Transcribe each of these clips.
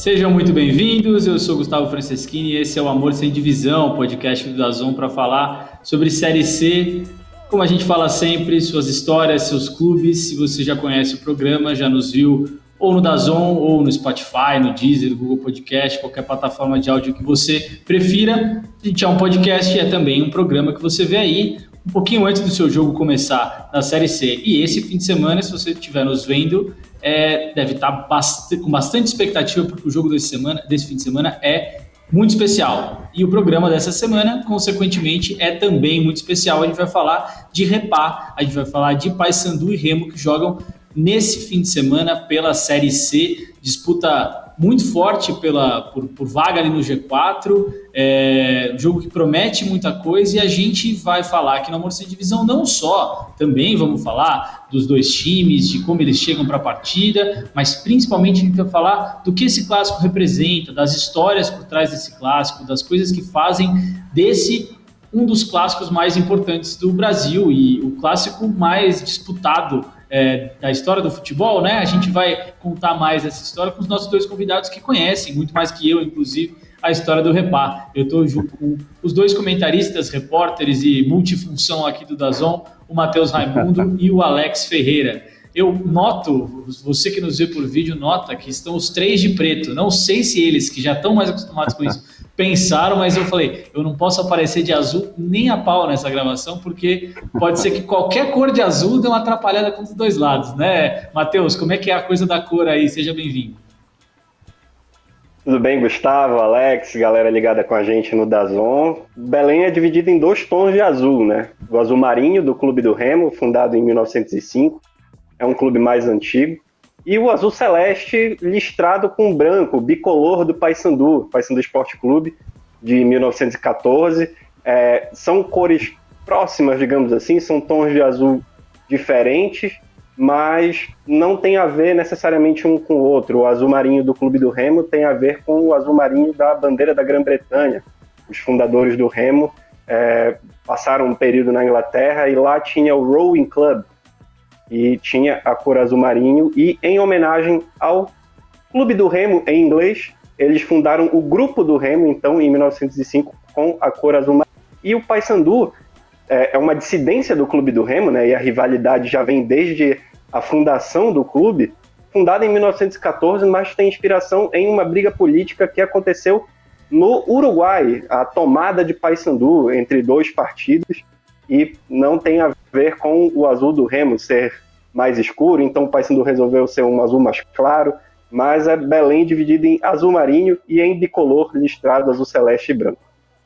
Sejam muito bem-vindos, eu sou Gustavo Franceschini e esse é o Amor Sem Divisão, podcast do DAZN para falar sobre Série C. Como a gente fala sempre, suas histórias, seus clubes. Se você já conhece o programa, já nos viu ou no DAZN, ou no Spotify, no Deezer, no Google Podcast, qualquer plataforma de áudio que você prefira. A gente é um podcast e é também um programa que você vê aí um pouquinho antes do seu jogo começar na Série C. E esse fim de semana, se você estiver nos vendo, deve estar com bastante expectativa, porque o jogo desse fim de semana é muito especial. E o programa dessa semana, consequentemente, é também muito especial. A gente vai falar de Repar, a gente vai falar de Paysandu e Remo, que jogam nesse fim de semana pela Série C, disputa muito forte por vaga ali no G4, um jogo que promete muita coisa, e a gente vai falar aqui no Amor Sem Divisão não só, também vamos falar dos dois times, de como eles chegam para a partida, mas principalmente a gente vai falar do que esse clássico representa, das histórias por trás desse clássico, das coisas que fazem desse um dos clássicos mais importantes do Brasil e o clássico mais disputado da história do futebol, né? A gente vai contar mais essa história com os nossos dois convidados que conhecem, muito mais que eu, inclusive, a história do Repar. Eu estou junto com os dois comentaristas, repórteres e multifunção aqui do DAZN, o Matheus Raimundo e o Alex Ferreira. Eu noto, você que nos vê por vídeo nota que estão os três de preto. Não sei se eles, que já estão mais acostumados com isso, pensaram, mas eu falei, eu não posso aparecer de azul nem a pau nessa gravação, porque pode ser que qualquer cor de azul dê uma atrapalhada com os dois lados, né? Matheus, como é que é a coisa da cor aí? Seja bem-vindo. Tudo bem, Gustavo, Alex, galera ligada com a gente no DAZN. Belém é dividido em dois tons de azul, né? O azul marinho, do Clube do Remo, fundado em 1905, é um clube mais antigo, e o azul celeste listrado com branco, bicolor do Paysandu Esporte Clube, de 1914. São cores próximas, digamos assim, são tons de azul diferentes, mas não tem a ver necessariamente um com o outro. O azul marinho do Clube do Remo tem a ver com o azul marinho da bandeira da Grã-Bretanha. Os fundadores do Remo passaram um período na Inglaterra e lá tinha o Rowing Club, e tinha a cor azul marinho, e em homenagem ao Clube do Remo, em inglês, eles fundaram o Grupo do Remo, então, em 1905, com a cor azul marinho. E o Paysandu é uma dissidência do Clube do Remo, né, e a rivalidade já vem desde a fundação do clube, fundada em 1914, mas tem inspiração em uma briga política que aconteceu no Uruguai, a tomada de Paysandu entre dois partidos, e não tem a ver com o azul do Remo ser mais escuro, então o Paysandu resolveu ser um azul mais claro, mas é Belém dividido em azul marinho e em bicolor listrado azul celeste e branco.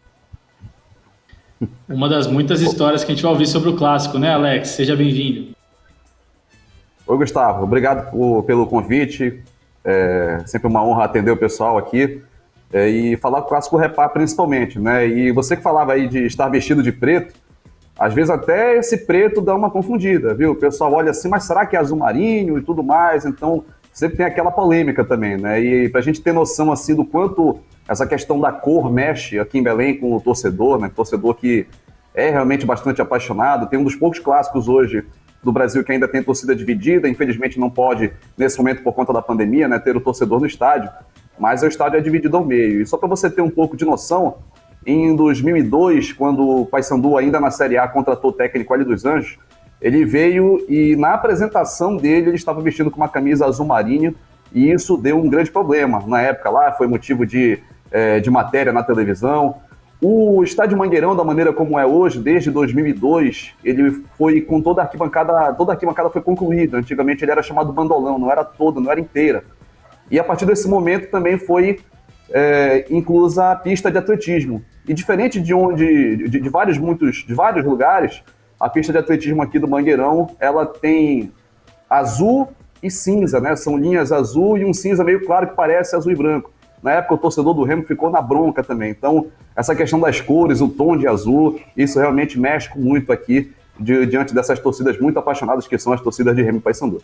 Uma das muitas histórias que a gente vai ouvir sobre o clássico, né, Alex? Seja bem-vindo. Oi, Gustavo. Obrigado pelo convite. Sempre uma honra atender o pessoal aqui e falar do clássico Repar principalmente, né? E você que falava aí de estar vestido de preto, às vezes até esse preto dá uma confundida, viu? O pessoal olha assim, mas será que é azul marinho e tudo mais? Então, sempre tem aquela polêmica também, né? E pra gente ter noção, assim, do quanto essa questão da cor mexe aqui em Belém com o torcedor, né? Torcedor que é realmente bastante apaixonado. Tem um dos poucos clássicos hoje do Brasil que ainda tem torcida dividida. Infelizmente não pode, nesse momento, por conta da pandemia, né, ter o torcedor no estádio. Mas o estádio é dividido ao meio. E só para você ter um pouco de noção, em 2002, quando o Paysandu, ainda na Série A, contratou o técnico Hélio dos Anjos, ele veio e na apresentação dele ele estava vestindo com uma camisa azul marinho, e isso deu um grande problema. Na época lá, foi motivo de matéria na televisão. O estádio Mangueirão, da maneira como é hoje, desde 2002, ele foi com toda a arquibancada foi concluída. Antigamente ele era chamado bandolão, não era toda, não era inteira. E a partir desse momento também foi inclusa a pista de atletismo. E diferente de vários lugares, a pista de atletismo aqui do Mangueirão, ela tem azul e cinza, né? São linhas azul e um cinza meio claro que parece azul e branco. Na época o torcedor do Remo ficou na bronca também. Então, essa questão das cores, o tom de azul, isso realmente mexe muito aqui diante dessas torcidas muito apaixonadas que são as torcidas de Remo e Paysandu.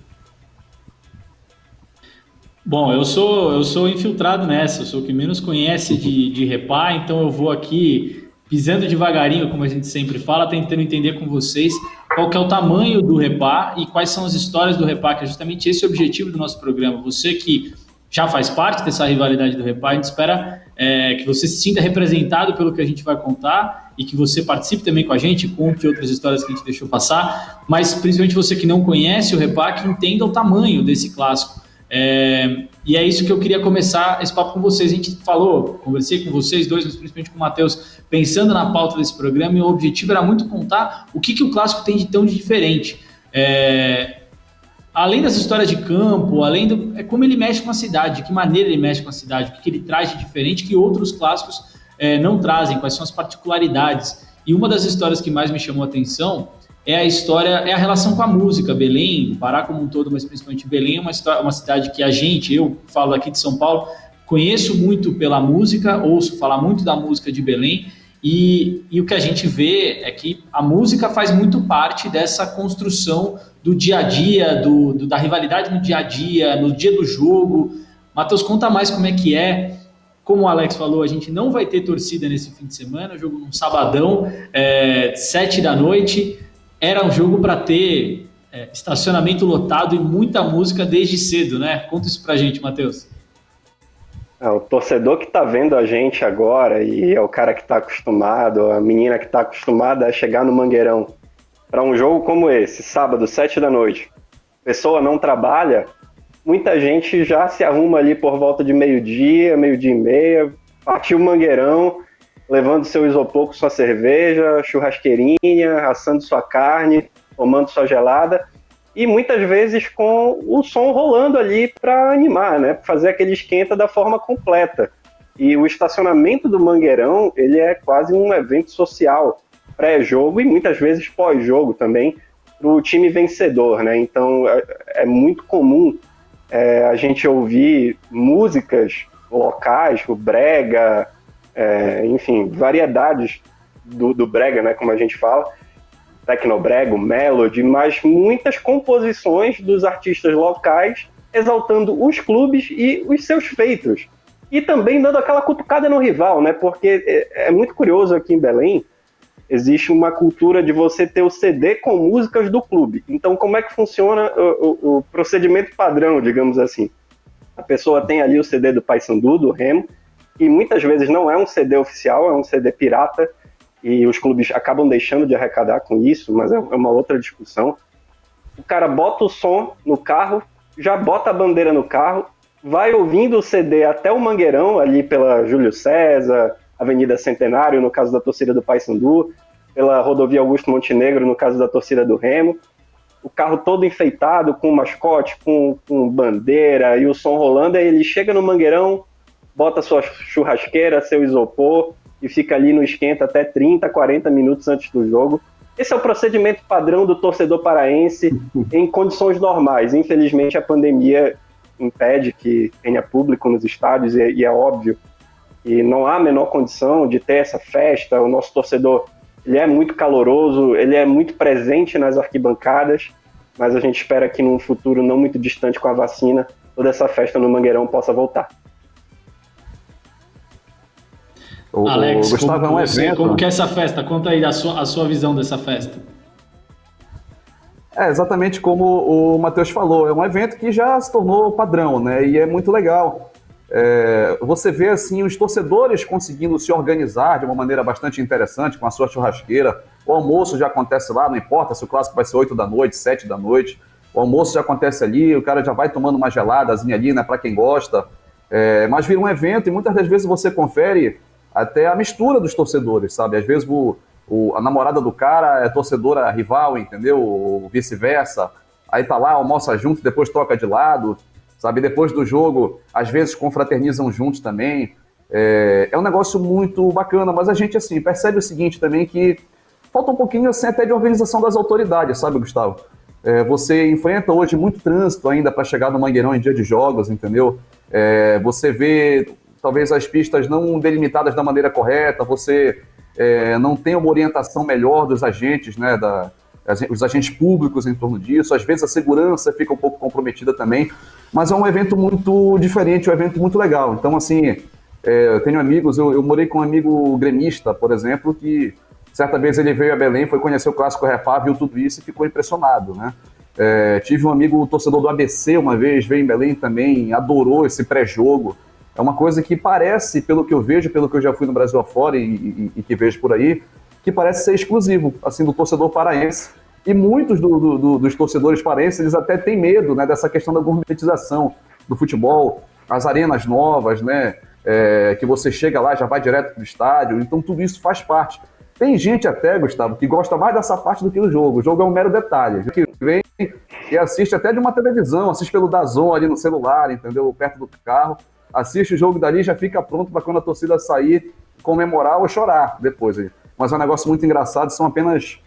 Bom, eu sou infiltrado nessa, eu sou o que menos conhece de Repar, então eu vou aqui pisando devagarinho, como a gente sempre fala, tentando entender com vocês qual que é o tamanho do Repar e quais são as histórias do Repar, que é justamente esse o objetivo do nosso programa. Você que já faz parte dessa rivalidade do Repá. A gente espera que você se sinta representado pelo que a gente vai contar e que você participe também com a gente, conte outras histórias que a gente deixou passar, mas principalmente você que não conhece o Repá, que entenda o tamanho desse clássico. E é isso que eu queria começar esse papo com vocês. A gente conversei com vocês dois, mas principalmente com o Matheus, pensando na pauta desse programa, e o objetivo era muito contar o que o clássico tem de tão diferente. Além das histórias de campo, como ele mexe com a cidade, de que maneira ele mexe com a cidade, o que ele traz de diferente que outros clássicos não trazem, quais são as particularidades. E uma das histórias que mais me chamou a atenção é a relação com a música. Belém, Pará como um todo, mas principalmente Belém, é uma cidade que eu falo aqui de São Paulo, conheço muito pela música, ouço falar muito da música de Belém, e o que a gente vê é que a música faz muito parte dessa construção do dia a dia, da rivalidade no dia a dia, no dia do jogo. Matheus, conta mais como é que é. Como o Alex falou, a gente não vai ter torcida nesse fim de semana, o jogo num sabadão, 7 da noite. Era um jogo para ter estacionamento lotado e muita música desde cedo, né? Conta isso pra gente, Matheus. O torcedor que está vendo a gente agora, e é o cara que está acostumado, a menina que está acostumada a chegar no Mangueirão para um jogo como esse, sábado, 7 da noite, pessoa não trabalha, muita gente já se arruma ali por volta de meio-dia e meia, partiu o Mangueirão, levando seu isopor com sua cerveja, churrasqueirinha, assando sua carne, tomando sua gelada, e muitas vezes com o som rolando ali para animar, né? Fazer aquele esquenta da forma completa. E o estacionamento do Mangueirão, ele é quase um evento social, pré-jogo e muitas vezes pós-jogo também, para o time vencedor, né? Então é muito comum a gente ouvir músicas locais, o brega, enfim, variedades do brega, né? Como a gente fala, tecnobrega, melody, mas muitas composições dos artistas locais exaltando os clubes e os seus feitos. E também dando aquela cutucada no rival, né? Porque é muito curioso aqui em Belém, existe uma cultura de você ter o CD com músicas do clube. Então, como é que funciona o procedimento padrão, digamos assim? A pessoa tem ali o CD do Paysandu, do Remo, e muitas vezes não é um CD oficial, é um CD pirata, e os clubes acabam deixando de arrecadar com isso, mas é uma outra discussão. O cara bota o som no carro, já bota a bandeira no carro, vai ouvindo o CD até o Mangueirão, ali pela Júlio César, Avenida Centenário, no caso da torcida do Paysandu, pela rodovia Augusto Montenegro, no caso da torcida do Remo. O carro todo enfeitado, com mascote, com bandeira e o som rolando, aí ele chega no Mangueirão, bota sua churrasqueira, seu isopor, e fica ali no esquenta até 30, 40 minutos antes do jogo. Esse é o procedimento padrão do torcedor paraense em condições normais. Infelizmente, a pandemia impede que tenha público nos estádios, e é óbvio que não há a menor condição de ter essa festa. O nosso torcedor, ele é muito caloroso, ele é muito presente nas arquibancadas, mas a gente espera que num futuro não muito distante com a vacina, toda essa festa no Mangueirão possa voltar. Alex, Gustavo, é um evento. Como que é essa festa? Conta aí a sua visão dessa festa. Exatamente como o Matheus falou, é um evento que já se tornou padrão, né? E é muito legal. Você vê assim os torcedores conseguindo se organizar de uma maneira bastante interessante com a sua churrasqueira. O almoço já acontece lá, não importa se o clássico vai ser 8 da noite, 7 da noite. O almoço já acontece ali, o cara já vai tomando uma geladazinha ali, né? Para quem gosta. Mas vira um evento e muitas das vezes você confere até a mistura dos torcedores, sabe? Às vezes a namorada do cara é torcedora rival, entendeu? Ou vice-versa. Aí tá lá, almoça junto, depois troca de lado, sabe? Depois do jogo, às vezes confraternizam juntos também. É um negócio muito bacana, mas a gente, assim, percebe o seguinte também, que falta um pouquinho, assim, até de organização das autoridades, sabe, Gustavo? Você enfrenta hoje muito trânsito ainda para chegar no Mangueirão em dia de jogos, entendeu? Você vê talvez as pistas não delimitadas da maneira correta, você não tem uma orientação melhor dos agentes, né, os agentes públicos em torno disso, às vezes a segurança fica um pouco comprometida também, mas é um evento muito diferente, um evento muito legal. Então, assim, eu tenho amigos, eu morei com um amigo gremista, por exemplo, que certa vez ele veio a Belém, foi conhecer o Clássico Repá, viu tudo isso e ficou impressionado, né? Tive um amigo torcedor do ABC uma vez, veio em Belém também, adorou esse pré-jogo. É uma coisa que parece, pelo que eu vejo, pelo que eu já fui no Brasil afora e que vejo por aí, que parece ser exclusivo, assim, do torcedor paraense. E muitos dos torcedores paraenses, eles até têm medo, né, dessa questão da gourmetização do futebol, as arenas novas, né, que você chega lá, já vai direto para o estádio, então tudo isso faz parte. Tem gente até, Gustavo, que gosta mais dessa parte do que do jogo. O jogo é um mero detalhe. Que vem e assiste até de uma televisão, assiste pelo DAZN ali no celular, entendeu? Perto do carro. Assiste o jogo dali e já fica pronto para quando a torcida sair, comemorar ou chorar depois. Mas é um negócio muito engraçado, são apenas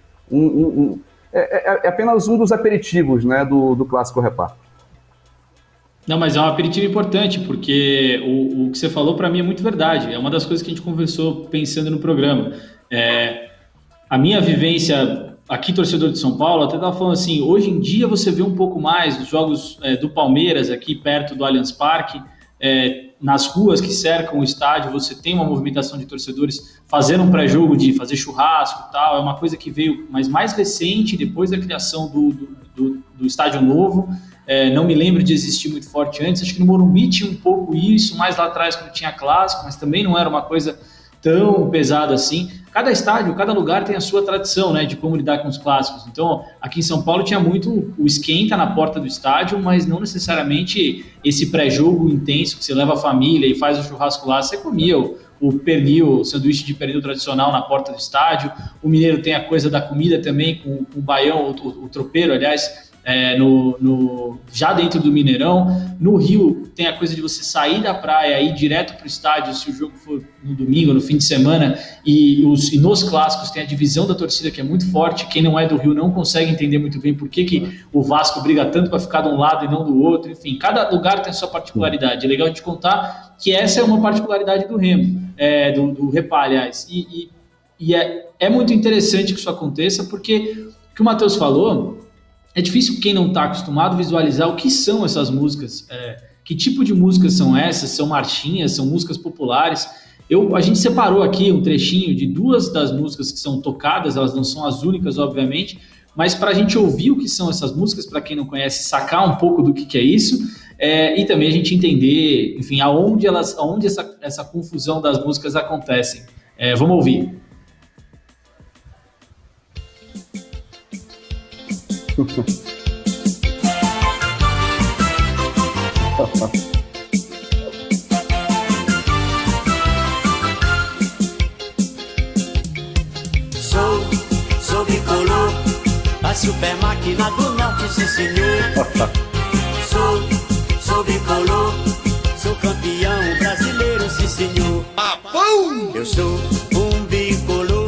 apenas um dos aperitivos, né, do Clássico Repá. Não, mas é um aperitivo importante, porque o que você falou para mim é muito verdade. É uma das coisas que a gente conversou pensando no programa. A minha vivência aqui, torcedor de São Paulo, até estava falando assim, hoje em dia você vê um pouco mais os jogos do Palmeiras aqui perto do Allianz Parque, nas ruas que cercam o estádio, você tem uma movimentação de torcedores fazendo um pré-jogo, de fazer churrasco e tal, é uma coisa que veio mais recente, depois da criação do estádio novo. Não me lembro de existir muito forte antes, acho que no Morumbi tinha um pouco isso, mais lá atrás quando tinha clássico, mas também não era uma coisa tão pesada assim. Cada estádio, cada lugar tem a sua tradição, né, de como lidar com os clássicos. Então, aqui em São Paulo tinha muito o esquenta na porta do estádio, mas não necessariamente esse pré-jogo intenso que você leva a família e faz o churrasco lá. Você comia o pernil, o sanduíche de pernil tradicional na porta do estádio. O mineiro tem a coisa da comida também, com o baião, o tropeiro, aliás, já dentro do Mineirão. No Rio tem a coisa de você sair da praia e ir direto para o estádio, se o jogo for no domingo, no fim de semana, e nos clássicos tem a divisão da torcida que é muito forte. Quem não é do Rio não consegue entender muito bem por que o Vasco briga tanto para ficar de um lado e não do outro. Enfim, cada lugar tem a sua particularidade. É legal a gente contar que essa é uma particularidade do Remo, do Repá, aliás, e é muito interessante que isso aconteça, porque o que o Matheus falou, é difícil quem não está acostumado visualizar o que são essas músicas, que tipo de músicas são essas, são marchinhas, são músicas populares. A gente separou aqui um trechinho de duas das músicas que são tocadas, elas não são as únicas, obviamente, mas para a gente ouvir o que são essas músicas, para quem não conhece, sacar um pouco do que é isso, e também a gente entender, enfim, aonde essa confusão das músicas acontecem. Vamos ouvir. Sou bicolor, a super máquina do norte, sim senhor. Sou bicolor, sou campeão brasileiro, sim senhor. Eu sou um bicolor.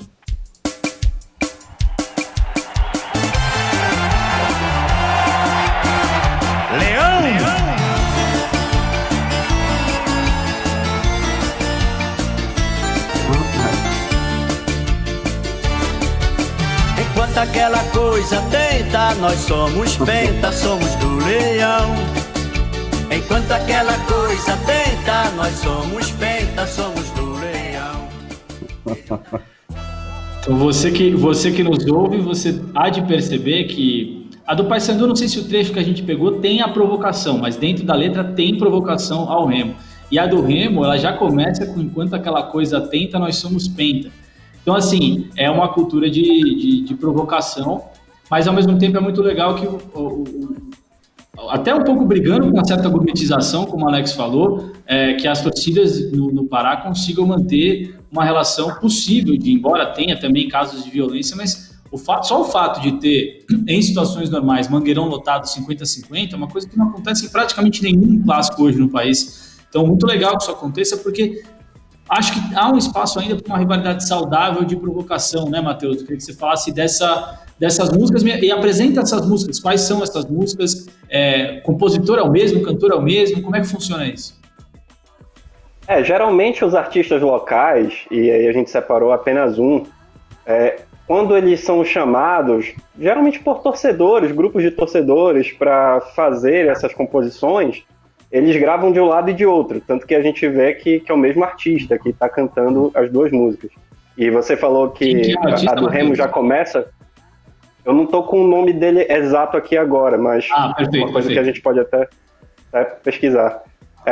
Enquanto aquela coisa tenta, nós somos penta, somos do leão. Enquanto aquela coisa tenta, nós somos penta, somos do leão. Então você que nos ouve, você há de perceber que a do Paysandu, não sei se o trecho que a gente pegou tem a provocação, mas dentro da letra tem provocação ao Remo. E a do Remo, ela já começa com enquanto aquela coisa tenta, nós somos penta. Então, assim, é uma cultura de provocação, mas ao mesmo tempo é muito legal que até um pouco brigando com uma certa gourmetização, como o Alex falou, que as torcidas no Pará consigam manter uma relação possível, embora tenha também casos de violência, mas só o fato de ter, em situações normais, Mangueirão lotado 50-50 é uma coisa que não acontece em praticamente nenhum clássico hoje no país. Então, muito legal que isso aconteça, porque acho que há um espaço ainda para uma rivalidade saudável de provocação, né, Matheus? Eu queria que você falasse dessas músicas e apresenta essas músicas. Quais são essas músicas? Compositor é o mesmo? Cantor é o mesmo? Como é que funciona isso? Geralmente os artistas locais, e aí a gente separou apenas um, quando eles são chamados, geralmente por torcedores, grupos de torcedores, para fazer essas composições, eles gravam de um lado e de outro, tanto que a gente vê que é o mesmo artista que está cantando as duas músicas. E você falou que a do Remo já começa... Eu não tô com o nome dele exato aqui agora, mas perfeito, uma coisa perfeito. que a gente pode até pesquisar.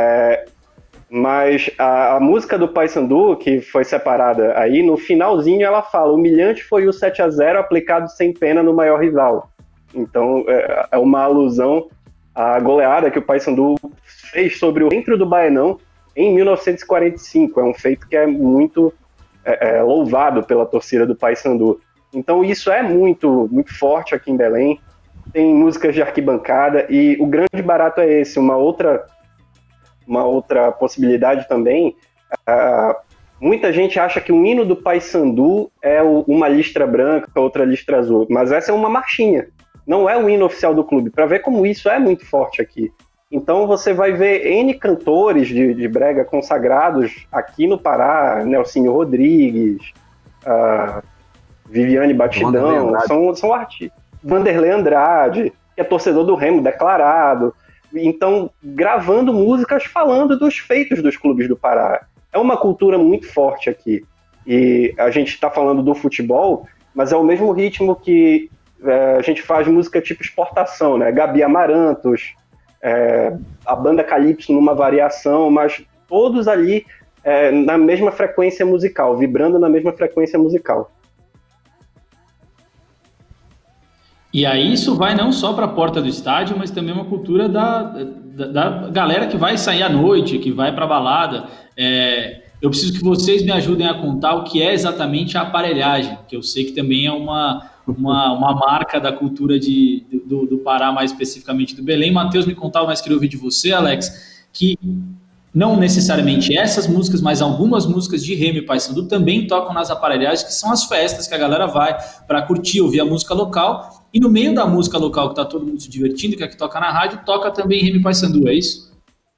Mas a música do Paysandu, que foi separada aí, no finalzinho ela fala: humilhante foi o 7-0 aplicado sem pena no maior rival. Então é uma alusão à goleada que o Paysandu fez sobre o Centro do Baenão em 1945. É um feito que é muito louvado pela torcida do Paysandu. Então isso é muito, muito forte aqui em Belém. Tem músicas de arquibancada e o grande barato é esse. Uma outra possibilidade também, muita gente acha que o hino do Paysandu é uma listra branca, outra listra azul, mas essa é uma marchinha, não é o hino oficial do clube, para ver como isso é muito forte aqui. Então você vai ver N cantores de brega consagrados aqui no Pará, Nelsinho Rodrigues, Viviane Batidão, são artistas. Vanderlei Andrade, que é torcedor do Remo declarado. Então, gravando músicas falando dos feitos dos clubes do Pará. É uma cultura muito forte aqui. E a gente está falando do futebol, mas é o mesmo ritmo que a gente faz música tipo exportação, né? Gabi Amarantos, a banda Calypso numa variação, mas todos ali na mesma frequência musical, vibrando na mesma frequência musical. E aí isso vai não só para a porta do estádio, mas também uma cultura da galera que vai sair à noite, que vai para a balada. Eu preciso que vocês me ajudem a contar o que é exatamente a aparelhagem, que eu sei que também é uma marca da cultura do Pará, mais especificamente do Belém. Matheus me contava, mas queria ouvir de você, Alex, que não necessariamente essas músicas, mas algumas músicas de Remo e Paysandu também tocam nas aparelhagens, que são as festas que a galera vai para curtir, ouvir a música local. E no meio da música local, que está todo mundo se divertindo, que é que toca na rádio, toca também Remo e Paysandu, é isso?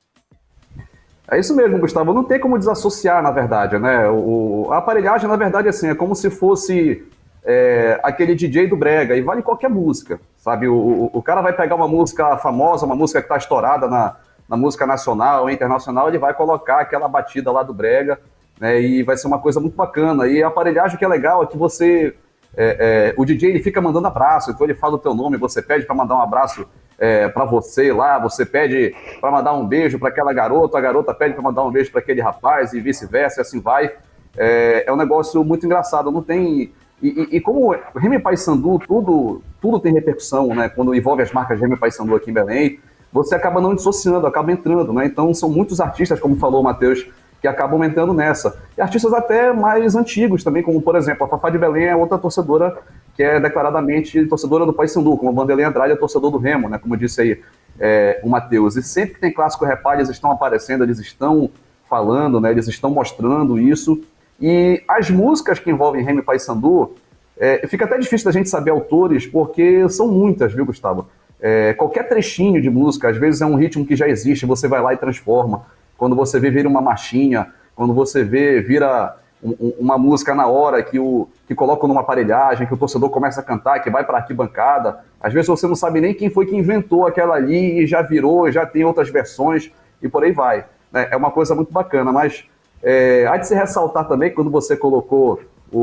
É isso mesmo, Gustavo. Não tem como desassociar, na verdade, né? A aparelhagem, na verdade, assim, é como se fosse aquele DJ do brega, e vale qualquer música, sabe? O cara vai pegar uma música famosa, uma música que está estourada na música nacional ou internacional, ele vai colocar aquela batida lá do brega, né? E vai ser uma coisa muito bacana. E a aparelhagem que é legal é que você... o DJ ele fica mandando abraço, então ele fala o teu nome, você pede para mandar um abraço para você lá, você pede para mandar um beijo para aquela garota, a garota pede para mandar um beijo para aquele rapaz e vice-versa, e assim vai. É um negócio muito engraçado, não tem... E como Remo e Paysandu, tudo tem repercussão, né? Quando envolve as marcas Remo e Paysandu aqui em Belém, você acaba não dissociando, acaba entrando, né? Então são muitos artistas, como falou o Matheus, que acabam entrando nessa. E artistas até mais antigos também, como, por exemplo, a Fafá de Belém é outra torcedora que é declaradamente torcedora do Paysandu, como o Vanderlei Andrade é torcedor do Remo, né? Como disse aí o Matheus. E sempre que tem clássico repá, eles estão aparecendo, eles estão falando, né? Eles estão mostrando isso. E as músicas que envolvem Remo e Paysandu, fica até difícil da gente saber autores, porque são muitas, viu, Gustavo? Qualquer trechinho de música, às vezes é um ritmo que já existe, você vai lá e transforma. Quando você vê, vira uma marchinha. Quando você vê, vira uma música na hora que colocam numa aparelhagem, que o torcedor começa a cantar, que vai para a arquibancada. Às vezes você não sabe nem quem foi que inventou aquela ali e já virou, já tem outras versões e por aí vai. É uma coisa muito bacana, mas há de se ressaltar também, quando você colocou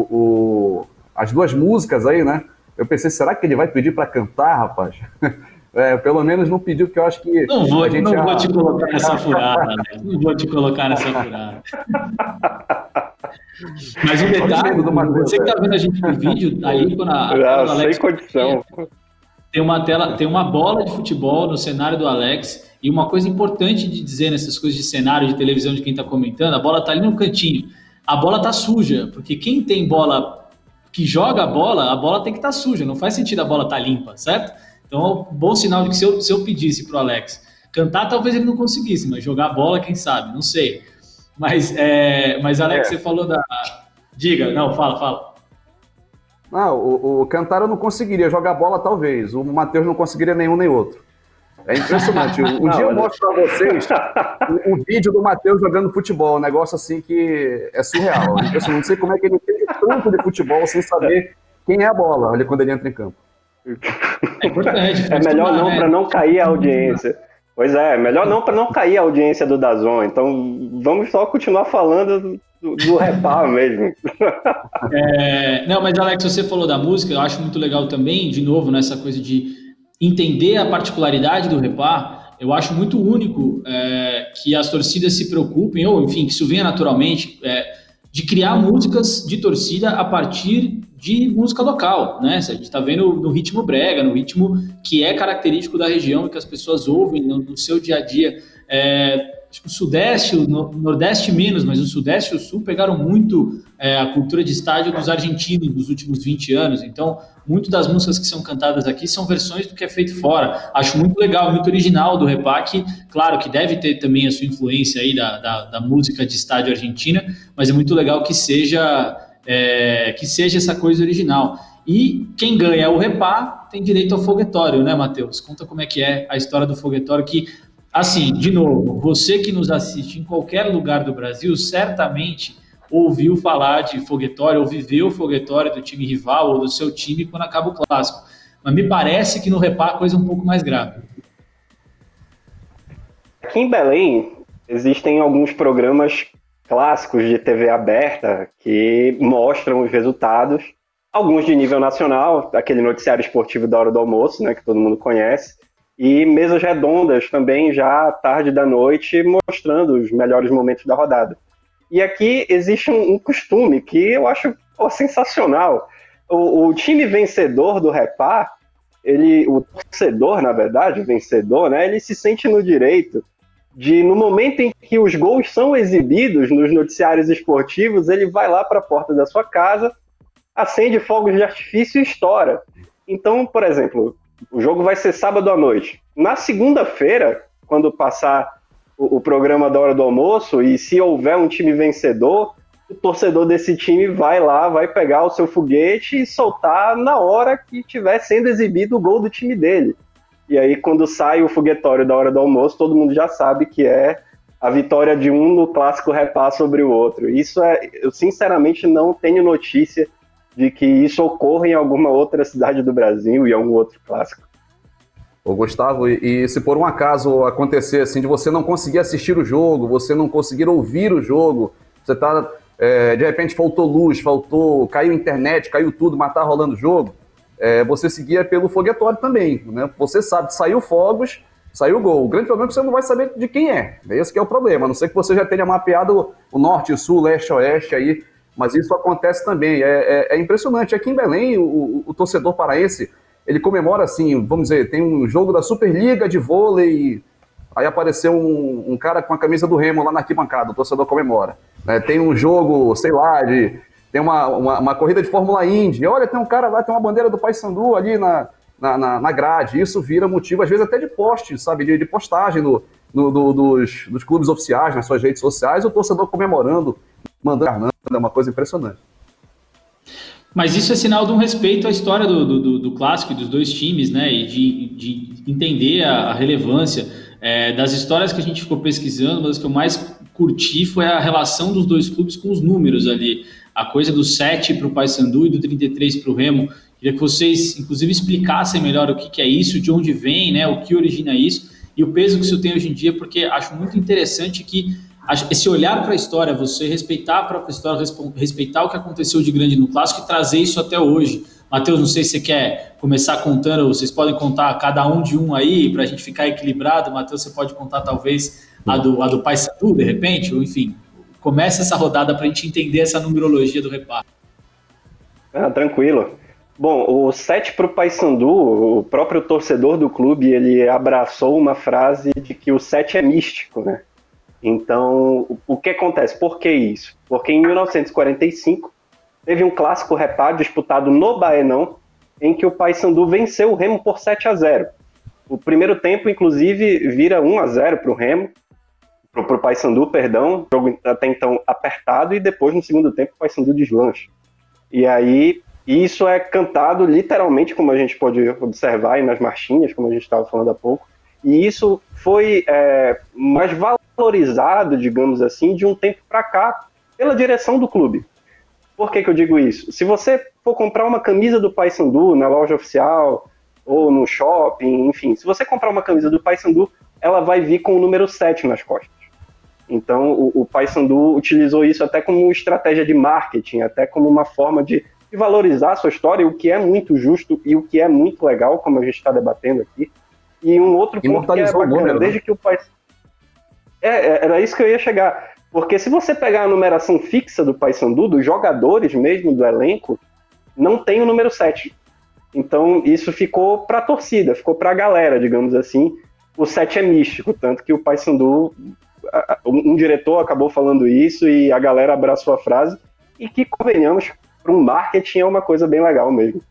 as duas músicas aí, né? Eu pensei, será que ele vai pedir para cantar, rapaz? Pelo menos não pediu, porque eu acho que... Não vou te colocar nessa furada, né? Não vou te colocar nessa furada. Mas um detalhe, você que está vendo a gente no vídeo, aí quando a tela do Alex... Sem condição. Tem uma bola de futebol no cenário do Alex, e uma coisa importante de dizer nessas coisas de cenário, de televisão, de quem está comentando, a bola está ali no cantinho. A bola está suja, porque quem tem bola que joga a bola tem que estar suja, não faz sentido a bola estar limpa, certo? Então é um bom sinal de que se eu pedisse para o Alex cantar, talvez ele não conseguisse, mas jogar a bola, quem sabe, não sei. Mas Alex, você falou da... Diga, não, fala. Não, o cantar eu não conseguiria, jogar bola talvez, o Matheus não conseguiria nenhum nem outro. É impressionante. Um dia eu mostro para vocês um vídeo do Matheus jogando futebol, um negócio assim que é surreal. Eu não sei como é que ele entende tanto de futebol sem saber quem é a bola, olha, quando ele entra em campo. É importante. É melhor não, para não cair a audiência. Pois é, melhor não para não cair a audiência do DAZN. Então vamos só continuar falando do Repá mesmo. Não, mas Alex, você falou da música, eu acho muito legal também, de novo, nessa coisa de entender a particularidade do Repá. Eu acho muito único que as torcidas se preocupem, ou enfim, que isso venha naturalmente, de criar músicas de torcida a partir de música local, né? A gente está vendo no ritmo brega, no ritmo que é característico da região e que as pessoas ouvem no seu dia a dia. Acho que o Sudeste, o Nordeste menos, mas o Sudeste e o Sul pegaram muito a cultura de estádio dos argentinos dos últimos 20 anos. Então, muito das músicas que são cantadas aqui são versões do que é feito fora. Acho muito legal, muito original do Repá, que, claro, que deve ter também a sua influência aí da música de estádio argentina, mas é muito legal que seja essa coisa original. E quem ganha o Repá tem direito ao foguetório, né, Matheus? Conta como é que é a história do foguetório, que, assim, de novo, você que nos assiste em qualquer lugar do Brasil, certamente ouviu falar de foguetório ou viveu o foguetório do time rival ou do seu time quando acaba o clássico. Mas me parece que no Repá a coisa é um pouco mais grave. Aqui em Belém existem alguns programas clássicos de TV aberta que mostram os resultados, alguns de nível nacional, aquele noticiário esportivo da hora do almoço, né, que todo mundo conhece, e mesas redondas também já à tarde da noite, mostrando os melhores momentos da rodada. E aqui existe um costume que eu acho sensacional. O time vencedor do Repá, o torcedor, na verdade, o vencedor, né, ele se sente no direito de, no momento em que os gols são exibidos nos noticiários esportivos, ele vai lá para a porta da sua casa, acende fogos de artifício e estoura. Então, por exemplo, o jogo vai ser sábado à noite. Na segunda-feira, quando passar o programa da hora do almoço, e se houver um time vencedor, o torcedor desse time vai lá, vai pegar o seu foguete e soltar na hora que estiver sendo exibido o gol do time dele. E aí, quando sai o foguetório da hora do almoço, todo mundo já sabe que é a vitória de um no clássico Repá sobre o outro. Eu sinceramente não tenho notícia de que isso ocorra em alguma outra cidade do Brasil e algum outro clássico. Ô Gustavo, e se por um acaso acontecer assim, de você não conseguir assistir o jogo, você não conseguir ouvir o jogo, você tá, de repente faltou luz, caiu a internet, caiu tudo, mas tá rolando o jogo, você seguia pelo foguetório também, né? Você sabe, saiu fogos, saiu o gol. O grande problema é que você não vai saber de quem é. Esse que é o problema, a não ser que você já tenha mapeado o norte, sul, leste, oeste aí, mas isso acontece também. É impressionante. Aqui em Belém, o torcedor paraense, ele comemora assim, vamos dizer, tem um jogo da Superliga de vôlei, aí apareceu um cara com a camisa do Remo lá na arquibancada, o torcedor comemora. Tem um jogo, sei lá, tem uma corrida de Fórmula Indy, olha, tem um cara lá, tem uma bandeira do Paysandu ali na grade, isso vira motivo, às vezes até de poste, sabe, de postagem dos clubes oficiais, nas suas redes sociais, o torcedor comemorando, mandando, é uma coisa impressionante. Mas isso é sinal de um respeito à história do clássico e dos dois times, né? E de entender a relevância das histórias que a gente ficou pesquisando. Uma das que eu mais curti foi a relação dos dois clubes com os números ali. A coisa do 7 para o Paysandu e do 33 para o Remo. Queria que vocês, inclusive, explicassem melhor o que é isso, de onde vem, né? O que origina isso e o peso que isso tem hoje em dia, porque acho muito interessante que esse olhar para a história, você respeitar a própria história, respeitar o que aconteceu de grande no clássico e trazer isso até hoje. Matheus, não sei se você quer começar contando, vocês podem contar cada um de um aí, para a gente ficar equilibrado. Matheus, você pode contar talvez a do Paysandu, de repente, ou enfim, começa essa rodada para a gente entender essa numerologia do Repá. Tranquilo. Bom, o 7 para o Paysandu, o próprio torcedor do clube, ele abraçou uma frase de que o 7 é místico, né? Então, o que acontece? Por que isso? Porque em 1945 teve um clássico Repá disputado no Baenão, em que o Paysandu venceu o Remo por 7-0. O primeiro tempo, inclusive, vira 1-0 para o Remo, para o Paysandu, perdão, jogo até então apertado, e depois no segundo tempo o Paysandu deslancha. E aí, isso é cantado literalmente, como a gente pode observar aí nas marchinhas, como a gente estava falando há pouco, e isso foi mais valorizado, digamos assim, de um tempo para cá, pela direção do clube. Por que eu digo isso? Se você for comprar uma camisa do Paysandu na loja oficial, ou no shopping, enfim, se você comprar uma camisa do Paysandu, ela vai vir com o número 7 nas costas. Então, o Paysandu utilizou isso até como estratégia de marketing, até como uma forma de valorizar a sua história, o que é muito justo e o que é muito legal, como a gente está debatendo aqui. E um outro ponto que é bacana, número, desde que o Paysandu... era isso que eu ia chegar. Porque se você pegar a numeração fixa do Paysandu, dos jogadores mesmo do elenco, não tem o número 7. Então, isso ficou para a torcida, ficou para a galera, digamos assim. O 7 é místico, tanto que o Paysandu... Um diretor acabou falando isso e a galera abraçou a frase, e que, convenhamos, para um marketing é uma coisa bem legal mesmo.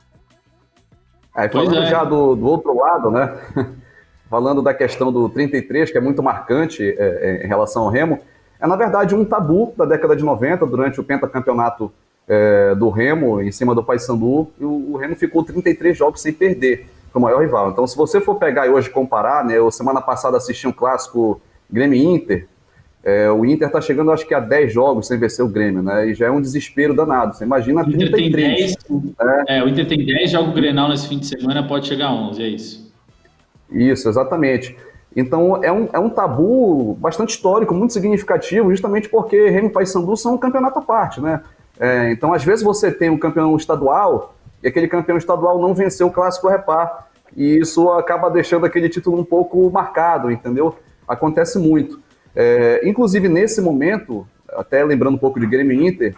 Falando já do outro lado, né? Falando da questão do 33, que é muito marcante em relação ao Remo, é na verdade um tabu da década de 90, durante o pentacampeonato do Remo, em cima do Paysandu, e o Remo ficou 33 jogos sem perder para o maior rival. Então, se você for pegar e hoje comparar, né? Eu semana passada assisti um clássico Grêmio e Inter. O Inter está chegando, acho que a 10 jogos sem vencer o Grêmio, né? E já é um desespero danado. Você imagina 33. O Inter tem 10, joga o Grenal nesse fim de semana, pode chegar a 11, é isso. Isso, exatamente. Então, é um tabu bastante histórico, muito significativo, justamente porque Remo e Paysandu são um campeonato à parte, né? Então, às vezes você tem um campeão estadual e aquele campeão estadual não venceu o Clássico Repar, e isso acaba deixando aquele título um pouco marcado, entendeu? Acontece muito. Inclusive, nesse momento, até lembrando um pouco de Grêmio e Inter,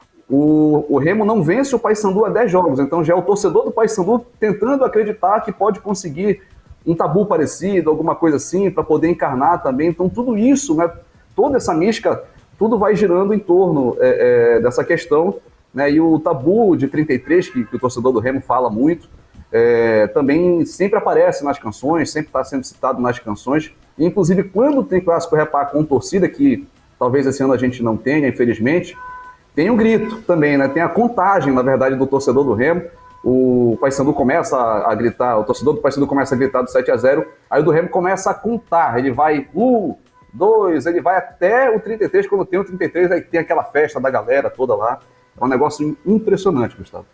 o Remo não vence o Paysandu há 10 jogos, então já é o torcedor do Paysandu tentando acreditar que pode conseguir um tabu parecido, alguma coisa assim, para poder encarnar também. Então tudo isso, né, toda essa mística, tudo vai girando em torno dessa questão, né, e o tabu de 33, que o torcedor do Remo fala muito, também sempre aparece nas canções, sempre está sendo citado nas canções, e, inclusive quando tem Clássico Repar com torcida, que talvez esse ano a gente não tenha, infelizmente, tem um grito também, né? Tem a contagem, na verdade, do torcedor do Remo. O Paysandu começa a gritar, o torcedor do Paysandu começa a gritar do 7-0, aí o do Remo começa a contar, ele vai 1, 2, ele vai até o 33, quando tem o 33, aí tem aquela festa da galera toda lá. É um negócio impressionante, Gustavo.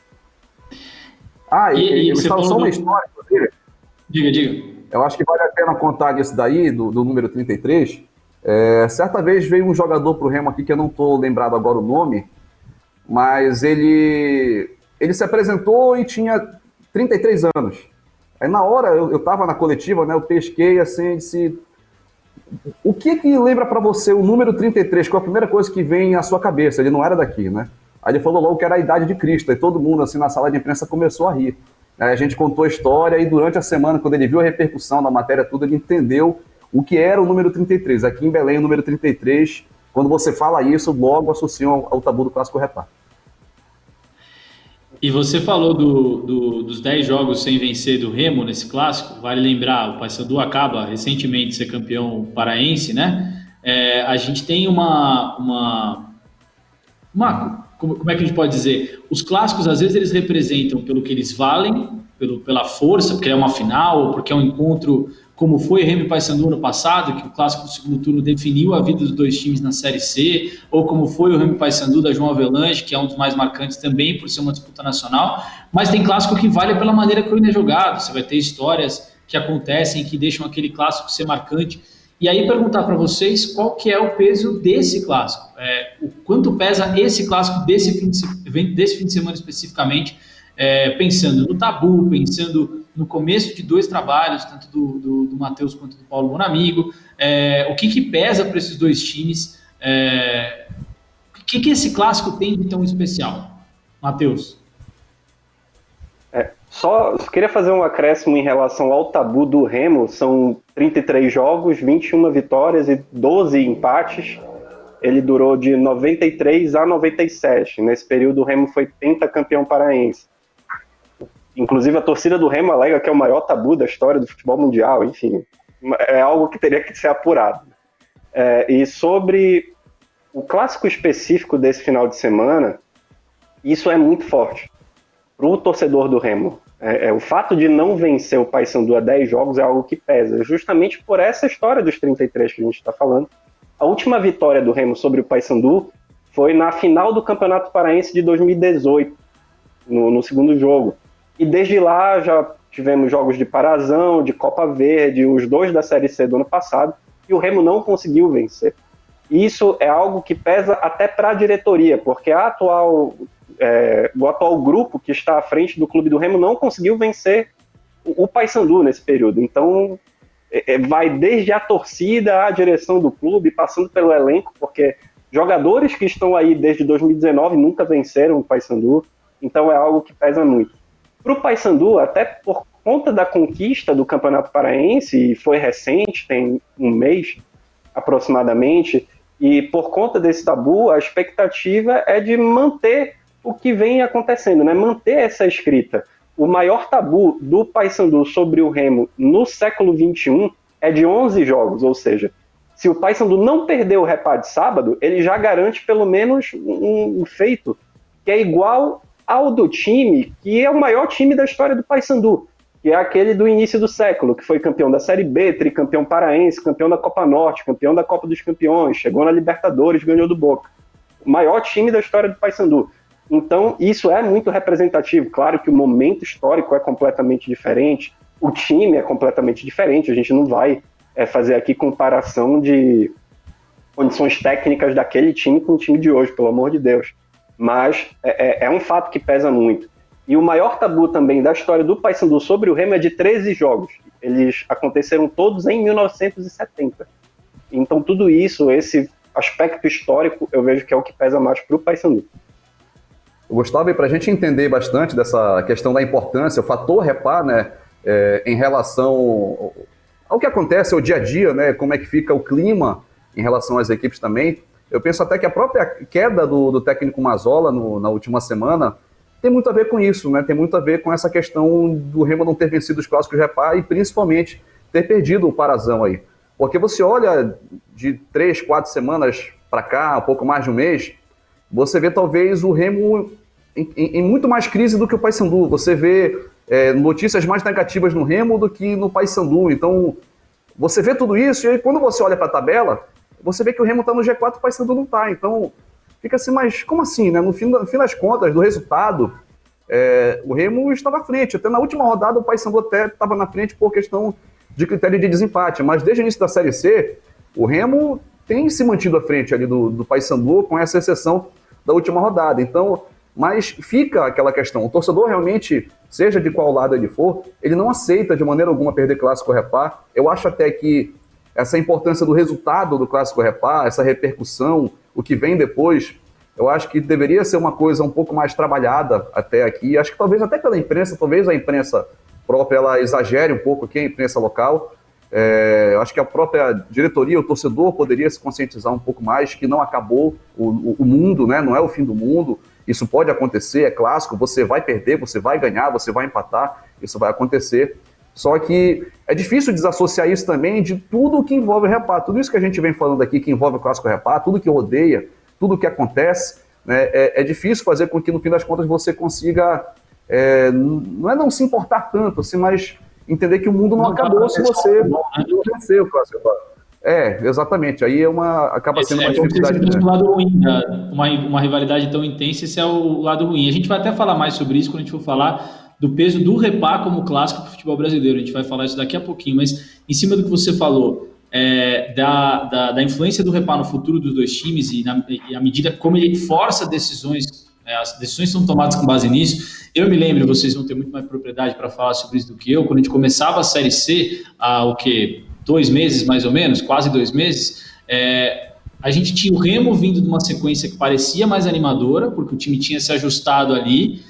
Gustavo, só uma história, inclusive. Diga. Eu acho que vale a pena contar disso daí, do número 33. Certa vez veio um jogador pro Remo aqui, que eu não estou lembrado agora o nome, mas ele se apresentou e tinha 33 anos. Aí na hora, eu estava na coletiva, né, eu pesquei assim, disse, o que lembra para você o número 33? Qual é a primeira coisa que vem à sua cabeça? Ele não era daqui, né? Aí ele falou logo que era a idade de Cristo, e todo mundo assim na sala de imprensa começou a rir. A gente contou a história e durante a semana, quando ele viu a repercussão da matéria tudo, ele entendeu o que era o número 33. Aqui em Belém, o número 33, quando você fala isso, logo associam ao tabu do Clássico Repar. E você falou dos 10 jogos sem vencer do Remo nesse clássico. Vale lembrar, o Paysandu acaba recentemente de ser campeão paraense, né? A gente tem como é que a gente pode dizer? Os clássicos, às vezes, eles representam pelo que eles valem, pela força, porque é uma final, porque é um encontro, como foi Remo e Paysandu no passado, que o clássico do segundo turno definiu a vida dos dois times na Série C, ou como foi o Remo e Paysandu da João Avelange, que é um dos mais marcantes também por ser uma disputa nacional, mas tem clássico que vale pela maneira que ele é jogado. Você vai ter histórias que acontecem, que deixam aquele clássico ser marcante. E aí perguntar para vocês qual que é o peso desse clássico, o quanto pesa esse clássico desse fim de semana especificamente, pensando no tabu, pensando no começo de 2 trabalhos, tanto do Matheus quanto do Paulo Bonamigo, o que pesa para esses 2 times, o que esse clássico tem de tão especial? Matheus? Só queria fazer um acréscimo em relação ao tabu do Remo. São 33 jogos, 21 vitórias e 12 empates. Ele durou de 93 a 97. Nesse período o Remo foi pentacampeão paraense. Inclusive a torcida do Remo alega que é o maior tabu da história do futebol mundial. Enfim, é algo que teria que ser apurado. E sobre o clássico específico desse final de semana, isso é muito forte para o torcedor do Remo. O fato de não vencer o Paysandu a 10 jogos é algo que pesa, justamente por essa história dos 33 que a gente está falando. A última vitória do Remo sobre o Paysandu foi na final do Campeonato Paraense de 2018, no segundo jogo. E desde lá já tivemos jogos de Parazão, de Copa Verde, os 2 da Série C do ano passado, e o Remo não conseguiu vencer. Isso é algo que pesa até para a diretoria, porque o atual grupo que está à frente do clube do Remo não conseguiu vencer o Paysandu nesse período. Então, vai desde a torcida à direção do clube, passando pelo elenco, porque jogadores que estão aí desde 2019 nunca venceram o Paysandu, então é algo que pesa muito. Para o Paysandu, até por conta da conquista do Campeonato Paraense, e foi recente, tem um mês aproximadamente, e por conta desse tabu, a expectativa é de manter o que vem acontecendo, né? Manter essa escrita. O maior tabu do Paysandu sobre o Remo no século XXI é de 11 jogos, ou seja, se o Paysandu não perder o Repá de sábado, ele já garante pelo menos um feito que é igual ao do time, que é o maior time da história do Paysandu, que é aquele do início do século, que foi campeão da Série B, tricampeão paraense, campeão da Copa Norte, campeão da Copa dos Campeões, chegou na Libertadores, ganhou do Boca. O maior time da história do Paysandu. Então, isso é muito representativo. Claro que o momento histórico é completamente diferente, o time é completamente diferente, a gente não vai fazer aqui comparação de condições técnicas daquele time com o time de hoje, pelo amor de Deus. Mas é um fato que pesa muito. E o maior tabu também da história do Paysandu sobre o Remo é de 13 jogos. Eles aconteceram todos em 1970. Então, tudo isso, esse aspecto histórico, eu vejo que é o que pesa mais para o Paysandu. Gustavo, e para a gente entender bastante dessa questão da importância, o fator Repá, né, em relação ao que acontece, ao dia a dia, né, como é que fica o clima em relação às equipes também, eu penso até que a própria queda do técnico Mazzola na última semana tem muito a ver com isso, né, tem muito a ver com essa questão do Remo não ter vencido os clássicos Repá e principalmente ter perdido o Parazão aí. Porque você olha de 3, 4 semanas para cá, um pouco mais de um mês, você vê talvez o Remo em muito mais crise do que o Paysandu. Você vê notícias mais negativas no Remo do que no Paysandu. Então, você vê tudo isso e aí, quando você olha para a tabela, você vê que o Remo está no G4 e o Paysandu não está. Então, fica assim, mas como assim? Né? No fim das contas, do resultado, o Remo estava à frente. Até na última rodada, o Paysandu até estava na frente por questão de critério de desempate. Mas desde o início da Série C, o Remo tem se mantido à frente ali do Paysandu, com essa exceção da última rodada. Então, mas fica aquela questão, o torcedor realmente, seja de qual lado ele for, ele não aceita de maneira alguma perder Clássico Repá. Eu acho até que essa importância do resultado do Clássico Repá, essa repercussão, o que vem depois, eu acho que deveria ser uma coisa um pouco mais trabalhada até aqui. Acho que talvez até pela imprensa, talvez a imprensa própria ela exagere um pouco aqui, a imprensa local. Eu acho que a própria diretoria, o torcedor poderia se conscientizar um pouco mais que não acabou o mundo, né? Não é o fim do mundo. Isso pode acontecer, é clássico, você vai perder, você vai ganhar, você vai empatar, isso vai acontecer. Só que é difícil desassociar isso também de tudo que envolve o Repá. Tudo isso que a gente vem falando aqui, que envolve o Clássico Repá, tudo que rodeia, tudo que acontece, né, é difícil fazer com que, no fim das contas, você consiga, não se importar tanto, assim, mas entender que o mundo não acabou se você não vencer o Clássico Repá. Exatamente. Aí acaba sendo uma dificuldade. Esse é o lado ruim, uma rivalidade tão intensa, esse é o lado ruim. A gente vai até falar mais sobre isso quando a gente for falar do peso do Repá como clássico para o futebol brasileiro. A gente vai falar isso daqui a pouquinho, mas em cima do que você falou, da influência do Repá no futuro dos dois times e à medida como ele força decisões, as decisões são tomadas com base nisso. Eu me lembro, vocês vão ter muito mais propriedade para falar sobre isso do que eu, quando a gente começava a Série C, há 2 meses mais ou menos, quase 2 meses, a gente tinha o Remo vindo de uma sequência que parecia mais animadora, porque o time tinha se ajustado ali.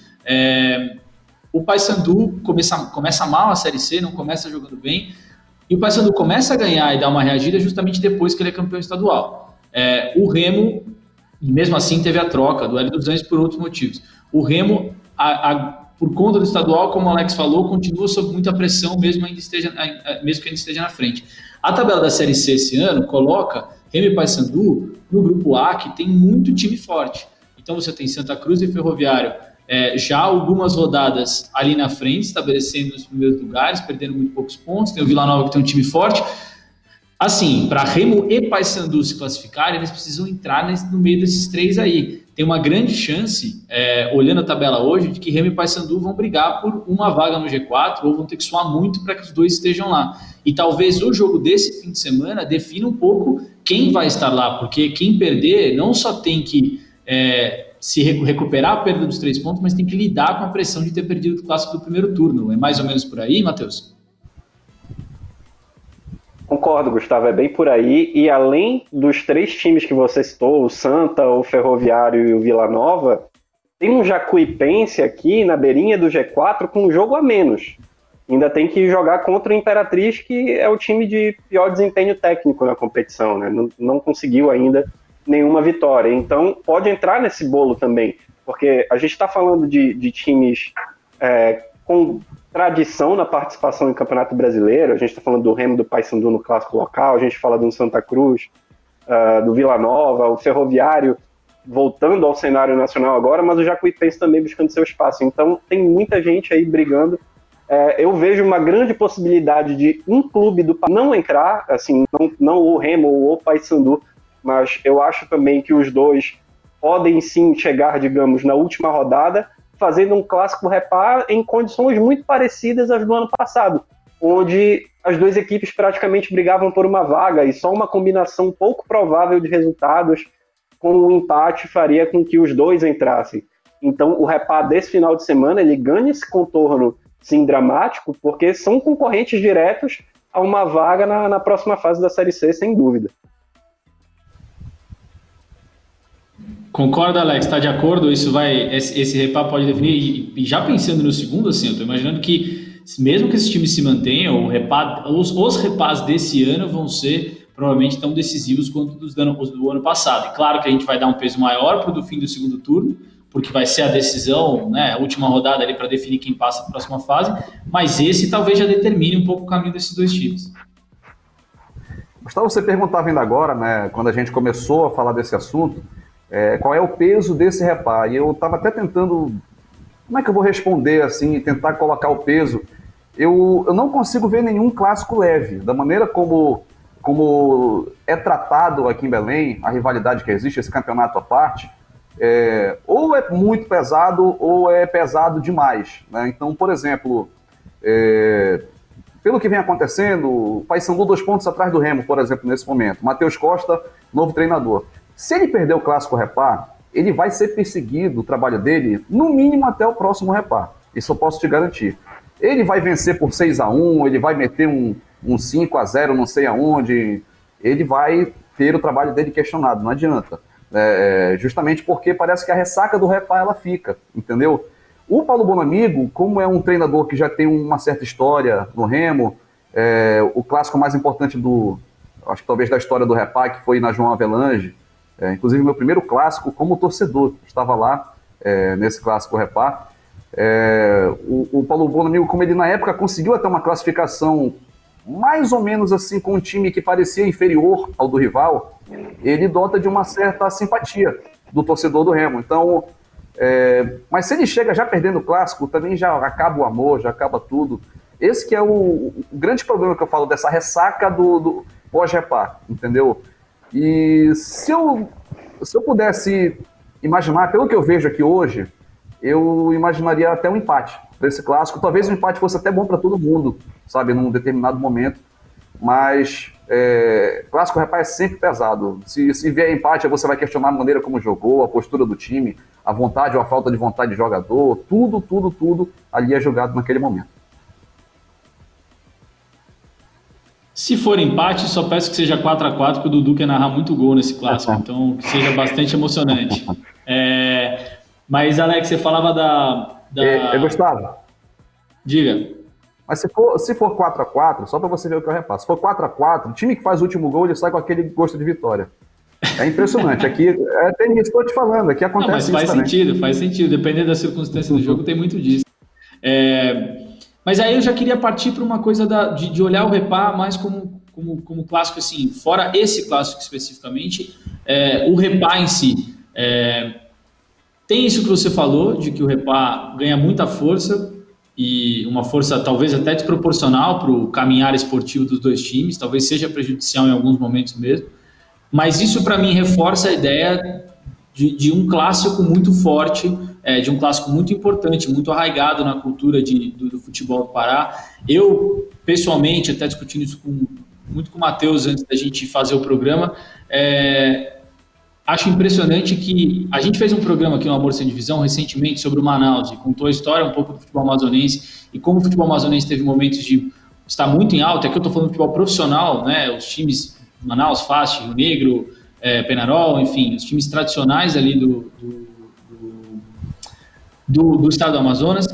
O Paysandu começa mal a Série C, não começa jogando bem, e o Paysandu começa a ganhar e dar uma reagida justamente depois que ele é campeão estadual. O Remo, e mesmo assim teve a troca do Hélio dos Anjos por outros motivos. O Remo, por conta do estadual, como o Alex falou, continua sob muita pressão, mesmo que ainda esteja na frente. A tabela da Série C esse ano coloca Remo e Paysandu no grupo A, que tem muito time forte. Então você tem Santa Cruz e Ferroviário já algumas rodadas ali na frente, estabelecendo os primeiros lugares, perdendo muito poucos pontos. Tem o Vila Nova, que tem um time forte. Assim, para Remo e Paysandu se classificarem, eles precisam entrar no meio desses três aí. Tem uma grande chance, olhando a tabela hoje, de que Remo e Paysandu vão brigar por uma vaga no G4 ou vão ter que suar muito para que os dois estejam lá. E talvez o jogo desse fim de semana defina um pouco quem vai estar lá, porque quem perder não só tem que se recuperar a perda dos 3 pontos, mas tem que lidar com a pressão de ter perdido o clássico do primeiro turno. É mais ou menos por aí, Matheus? Concordo, Gustavo, é bem por aí. E além dos 3 times que você citou, o Santa, o Ferroviário e o Vila Nova, tem um Jacuipense aqui na beirinha do G4 com um jogo a menos. Ainda tem que jogar contra o Imperatriz, que é o time de pior desempenho técnico na competição, né? Não conseguiu ainda nenhuma vitória. Então pode entrar nesse bolo também, porque a gente está falando de times com tradição na participação em Campeonato Brasileiro. A gente está falando do Remo, do Paysandu no clássico local, a gente fala do Santa Cruz, do Vila Nova, o Ferroviário voltando ao cenário nacional agora, mas o Jacuipense também buscando seu espaço. Então tem muita gente aí brigando. Eu vejo uma grande possibilidade de um clube do não entrar, assim, não o Remo ou o Paysandu, mas eu acho também que os dois podem sim chegar, digamos, na última rodada, fazendo um clássico repar em condições muito parecidas às do ano passado, onde as duas equipes praticamente brigavam por uma vaga e só uma combinação pouco provável de resultados com o empate faria com que os dois entrassem. Então o repar desse final de semana, ele ganha esse contorno sim dramático, porque são concorrentes diretos a uma vaga na próxima fase da Série C, sem dúvida. Concorda, Alex? Está de acordo? Esse repar pode definir. E já pensando no segundo, assim, eu estou imaginando que, mesmo que esses times se mantenham, os repás desse ano vão ser provavelmente tão decisivos quanto os do ano passado. E claro que a gente vai dar um peso maior para o do fim do segundo turno, porque vai ser a decisão, né, a última rodada ali para definir quem passa para a próxima fase, mas esse talvez já determine um pouco o caminho desses dois times. Gustavo, você perguntava ainda agora, né, quando a gente começou a falar desse assunto, qual é o peso desse repar? E eu estava até tentando, como é que eu vou responder assim, tentar colocar o peso. Eu não consigo ver nenhum clássico leve, da maneira como é tratado aqui em Belém, a rivalidade que existe, esse campeonato à parte, ou é muito pesado ou é pesado demais, né? Então, por exemplo, pelo que vem acontecendo, o Paysandu 2 pontos atrás do Remo, por exemplo, nesse momento. Matheus Costa, novo treinador. Se ele perder o clássico repar, ele vai ser perseguido, o trabalho dele, no mínimo até o próximo repar. Isso eu posso te garantir. Ele vai vencer por 6-1, ele vai meter um 5-0, não sei aonde. Ele vai ter o trabalho dele questionado, não adianta. Justamente porque parece que a ressaca do repar ela fica, entendeu? O Paulo Bonamigo, como é um treinador que já tem uma certa história no Remo, o clássico mais importante acho que talvez da história do repar, que foi na João Avelange, inclusive meu primeiro clássico como torcedor, estava lá nesse clássico repar. O Paulo Bonamigo, como ele na época conseguiu até uma classificação mais ou menos assim com um time que parecia inferior ao do rival, ele dota de uma certa simpatia do torcedor do Remo. Então, mas se ele chega já perdendo o clássico, também já acaba o amor, já acaba tudo. Esse que é o grande problema que eu falo dessa ressaca do pós-repar, entendeu? E se eu pudesse imaginar, pelo que eu vejo aqui hoje, eu imaginaria até um empate para esse clássico. Talvez o empate fosse até bom para todo mundo, sabe, num determinado momento. Mas clássico repar é sempre pesado. Se vier empate, você vai questionar a maneira como jogou, a postura do time, a vontade ou a falta de vontade de jogador. Tudo ali é jogado naquele momento. Se for empate, só peço que seja 4-4, porque o Dudu quer narrar muito gol nesse clássico, então que seja bastante emocionante. Mas, Alex, você falava da... Gustavo? Diga. Mas se for 4-4, só para você ver o que eu repasso, se for 4-4, o time que faz o último gol, ele sai com aquele gosto de vitória. É impressionante. Aqui, tem isso que eu tô te falando, aqui acontece isso também. Faz sentido. Dependendo da circunstância do jogo, tem muito disso. Mas aí eu já queria partir para uma coisa de olhar o repar mais como clássico, assim, fora esse clássico especificamente, o repar em si. Tem isso que você falou, de que o repar ganha muita força e uma força talvez até desproporcional para o caminhar esportivo dos dois times, talvez seja prejudicial em alguns momentos mesmo, mas isso para mim reforça a ideia de um clássico muito forte, de um clássico muito importante, muito arraigado na cultura do futebol do Pará. Eu, pessoalmente, até discutindo isso muito com o Matheus antes da gente fazer o programa, acho impressionante que a gente fez um programa aqui no Amor Sem Divisão recentemente sobre o Manaus e contou a história um pouco do futebol amazonense e como o futebol amazonense teve momentos de estar muito em alta. Aqui eu estou falando de futebol profissional, né? Os times Manaus, Fast, Rio Negro, Penarol, enfim, os times tradicionais ali do estado do Amazonas,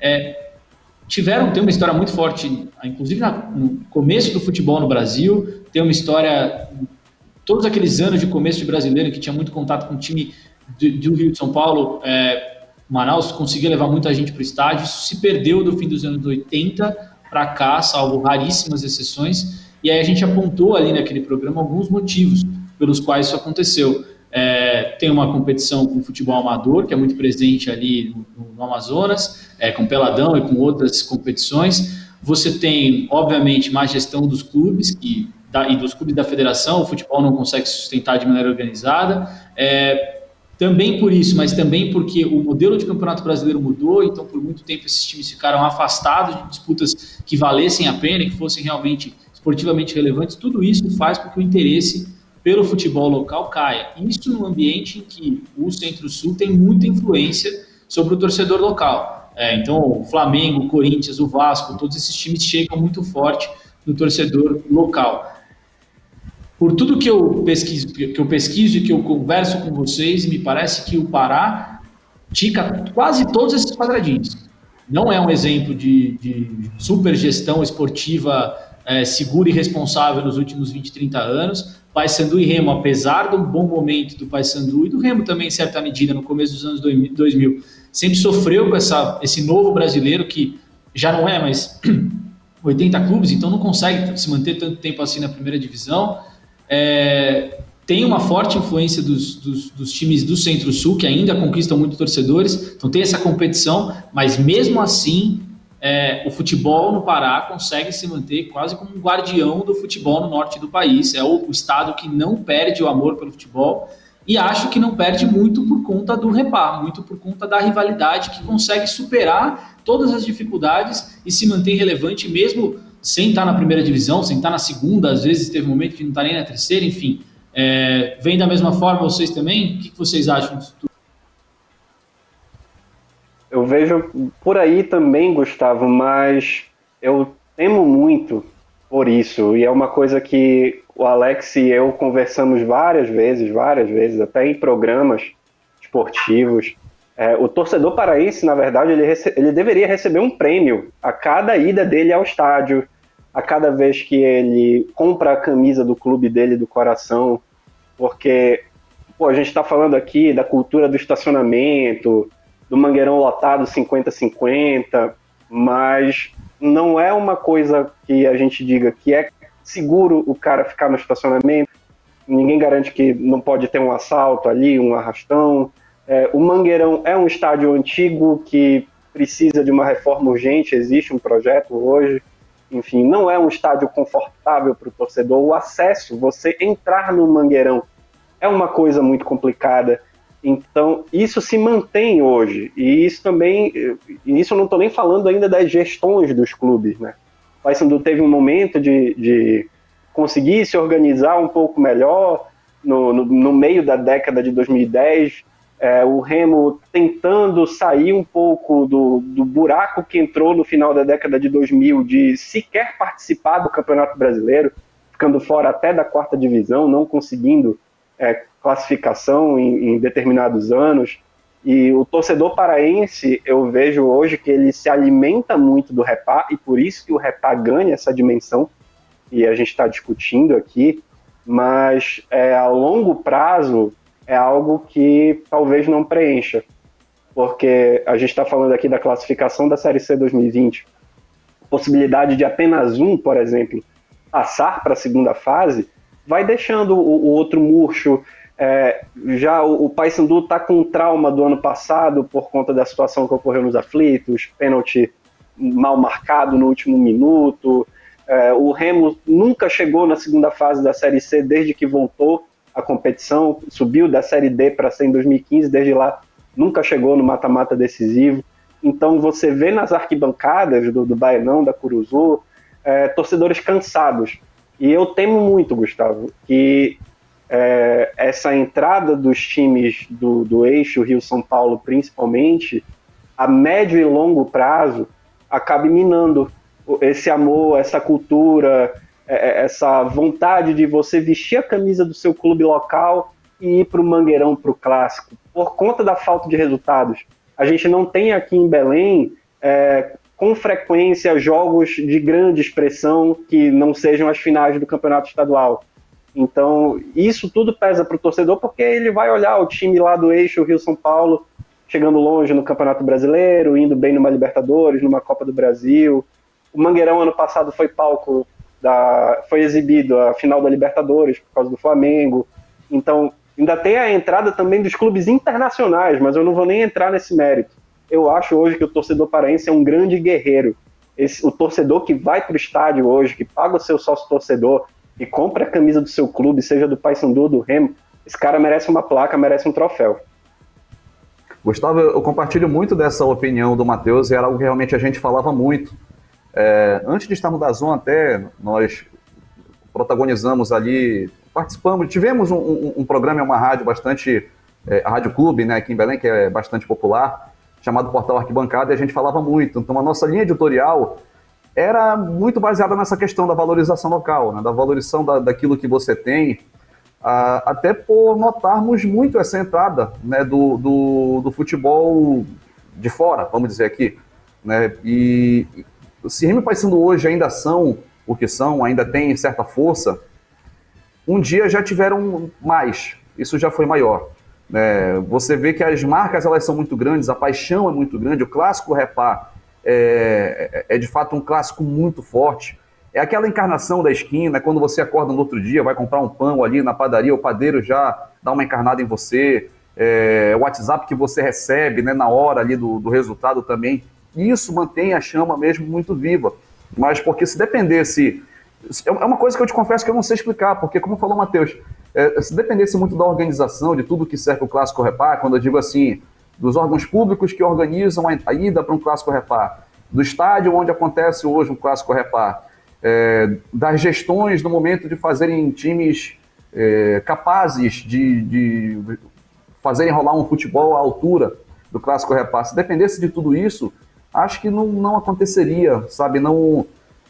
tem uma história muito forte, inclusive no começo do futebol no Brasil, tem uma história, todos aqueles anos de começo de brasileiro, que tinha muito contato com o time do Rio de São Paulo, Manaus conseguia levar muita gente para o estádio, isso se perdeu do fim dos anos 80 para cá, salvo raríssimas exceções, e aí a gente apontou ali naquele programa alguns motivos pelos quais isso aconteceu. Tem uma competição com futebol amador, que é muito presente ali no Amazonas, com Peladão e com outras competições. Você tem, obviamente, má gestão dos clubes e dos clubes da federação, o futebol não consegue se sustentar de maneira organizada. Também por isso, mas também porque o modelo de campeonato brasileiro mudou, então por muito tempo esses times ficaram afastados de disputas que valessem a pena e que fossem realmente esportivamente relevantes. Tudo isso faz com que o interesse pelo futebol local caia. Isso num ambiente em que o Centro-Sul tem muita influência sobre o torcedor local. Então, o Flamengo, o Corinthians, o Vasco, todos esses times chegam muito forte no torcedor local. Por tudo que eu pesquiso e que eu converso com vocês, me parece que o Pará tica quase todos esses quadradinhos. Não é um exemplo de super gestão esportiva segura e responsável nos últimos 20, 30 anos. Paysandu e Remo, apesar do bom momento do Paysandu e do Remo também, em certa medida, no começo dos anos 2000, sempre sofreu com esse novo brasileiro que já não é mais 80 clubes, então não consegue se manter tanto tempo assim na primeira divisão. Tem uma forte influência dos times do Centro-Sul, que ainda conquistam muito torcedores, então tem essa competição, mas mesmo assim o futebol no Pará consegue se manter quase como um guardião do futebol no norte do país. É o estado que não perde o amor pelo futebol e acho que não perde muito por conta do Repá, muito por conta da rivalidade que consegue superar todas as dificuldades e se manter relevante mesmo sem estar na primeira divisão, sem estar na segunda, às vezes teve um momento que não está nem na terceira, enfim. Vem da mesma forma vocês também? O que vocês acham disso tudo? Eu vejo por aí também, Gustavo, mas eu temo muito por isso, e é uma coisa que o Alex e eu conversamos várias vezes, até em programas esportivos. O torcedor paraense, na verdade, ele deveria receber um prêmio a cada ida dele ao estádio, a cada vez que ele compra a camisa do clube dele do coração, porque a gente está falando aqui da cultura do estacionamento, do Mangueirão lotado 50-50, mas não é uma coisa que a gente diga que é seguro o cara ficar no estacionamento, ninguém garante que não pode ter um assalto ali, um arrastão. O Mangueirão é um estádio antigo que precisa de uma reforma urgente, existe um projeto hoje, enfim, não é um estádio confortável para o torcedor, o acesso, você entrar no Mangueirão é uma coisa muito complicada. Então, isso se mantém hoje, e isso também, isso eu não estou nem falando ainda das gestões dos clubes, né? O Paysandu teve um momento de conseguir se organizar um pouco melhor no meio da década de 2010, o Remo tentando sair um pouco do buraco que entrou no final da década de 2000, de sequer participar do Campeonato Brasileiro, ficando fora até da quarta divisão, não conseguindo classificação em determinados anos. E o torcedor paraense, eu vejo hoje que ele se alimenta muito do Repá, e por isso que o Repá ganha essa dimensão, e a gente está discutindo aqui, mas a longo prazo é algo que talvez não preencha, porque a gente está falando aqui da classificação da Série C 2020, possibilidade de apenas um, por exemplo, passar para a segunda fase, vai deixando o outro murcho. Já o Paysandu está com um trauma do ano passado por conta da situação que ocorreu nos aflitos, pênalti mal marcado no último minuto. O Remo nunca chegou na segunda fase da Série C desde que voltou à competição, subiu da Série D para C em 2015, desde lá nunca chegou no mata-mata decisivo. Então você vê nas arquibancadas do Baianão, da Curuzu, torcedores cansados. E eu temo muito, Gustavo, que essa entrada dos times do eixo Rio-São Paulo, principalmente, a médio e longo prazo, acabe minando esse amor, essa cultura, essa vontade de você vestir a camisa do seu clube local e ir para o Mangueirão, para o Clássico, por conta da falta de resultados. A gente não tem aqui em Belém, com frequência, jogos de grande expressão que não sejam as finais do campeonato estadual. Então, isso tudo pesa para o torcedor, porque ele vai olhar o time lá do eixo Rio-São Paulo, chegando longe no Campeonato Brasileiro, indo bem numa Libertadores, numa Copa do Brasil. O Mangueirão, ano passado, foi exibido a final da Libertadores por causa do Flamengo. Então, ainda tem a entrada também dos clubes internacionais, mas eu não vou nem entrar nesse mérito. Eu acho hoje que o torcedor paraense é um grande guerreiro. O torcedor que vai para o estádio hoje, que paga o seu sócio-torcedor, que compra a camisa do seu clube, seja do Paysandu ou do Remo, esse cara merece uma placa, merece um troféu. Gustavo, eu compartilho muito dessa opinião do Matheus, e era algo que realmente a gente falava muito. Antes de estar no DAZN até, nós protagonizamos ali, participamos, tivemos um programa em uma rádio bastante, a Rádio Clube, né, aqui em Belém, que é bastante popular, chamado Portal Arquibancada, e a gente falava muito. Então a nossa linha editorial era muito baseada nessa questão da valorização local, né, da valorização daquilo que você tem, até por notarmos muito essa entrada, né, do futebol de fora, vamos dizer aqui, né, e se Remo e Paysandu hoje ainda são o que são, ainda têm certa força, um dia já tiveram mais, isso já foi maior. Você vê que as marcas elas são muito grandes, a paixão é muito grande, o clássico Repá é de fato um clássico muito forte, é aquela encarnação da esquina, quando você acorda no outro dia, vai comprar um pão ali na padaria, o padeiro já dá uma encarnada em você, o WhatsApp que você recebe, né, na hora ali do resultado também, isso mantém a chama mesmo muito viva, mas porque se dependesse, é uma coisa que eu te confesso que eu não sei explicar, porque como falou o Matheus, se dependesse muito da organização, de tudo que cerca o Clássico Repá, quando eu digo assim, dos órgãos públicos que organizam a ida para um Clássico Repá, do estádio onde acontece hoje um Clássico Repá, das gestões no momento de fazerem times capazes de fazerem rolar um futebol à altura do Clássico Repá, se dependesse de tudo isso, acho que não aconteceria, sabe? Não,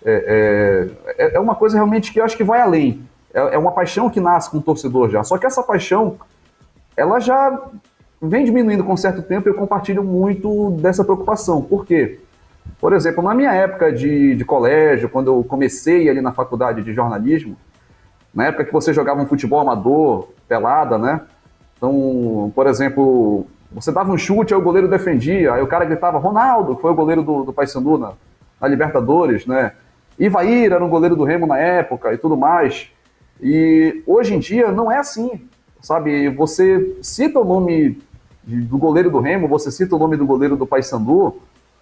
é uma coisa realmente que eu acho que vai além. É uma paixão que nasce com o torcedor já. Só que essa paixão, ela já vem diminuindo com certo tempo e eu compartilho muito dessa preocupação. Por quê? Por exemplo, na minha época de colégio, quando eu comecei ali na faculdade de jornalismo, na época que você jogava um futebol amador, pelada, né? Então, por exemplo, você dava um chute, aí o goleiro defendia, aí o cara gritava, Ronaldo, que foi o goleiro do Paysandu na Libertadores, né? Ivair era um goleiro do Remo na época e tudo mais. E hoje em dia não é assim, sabe? Você cita o nome do goleiro do Remo, você cita o nome do goleiro do Paysandu,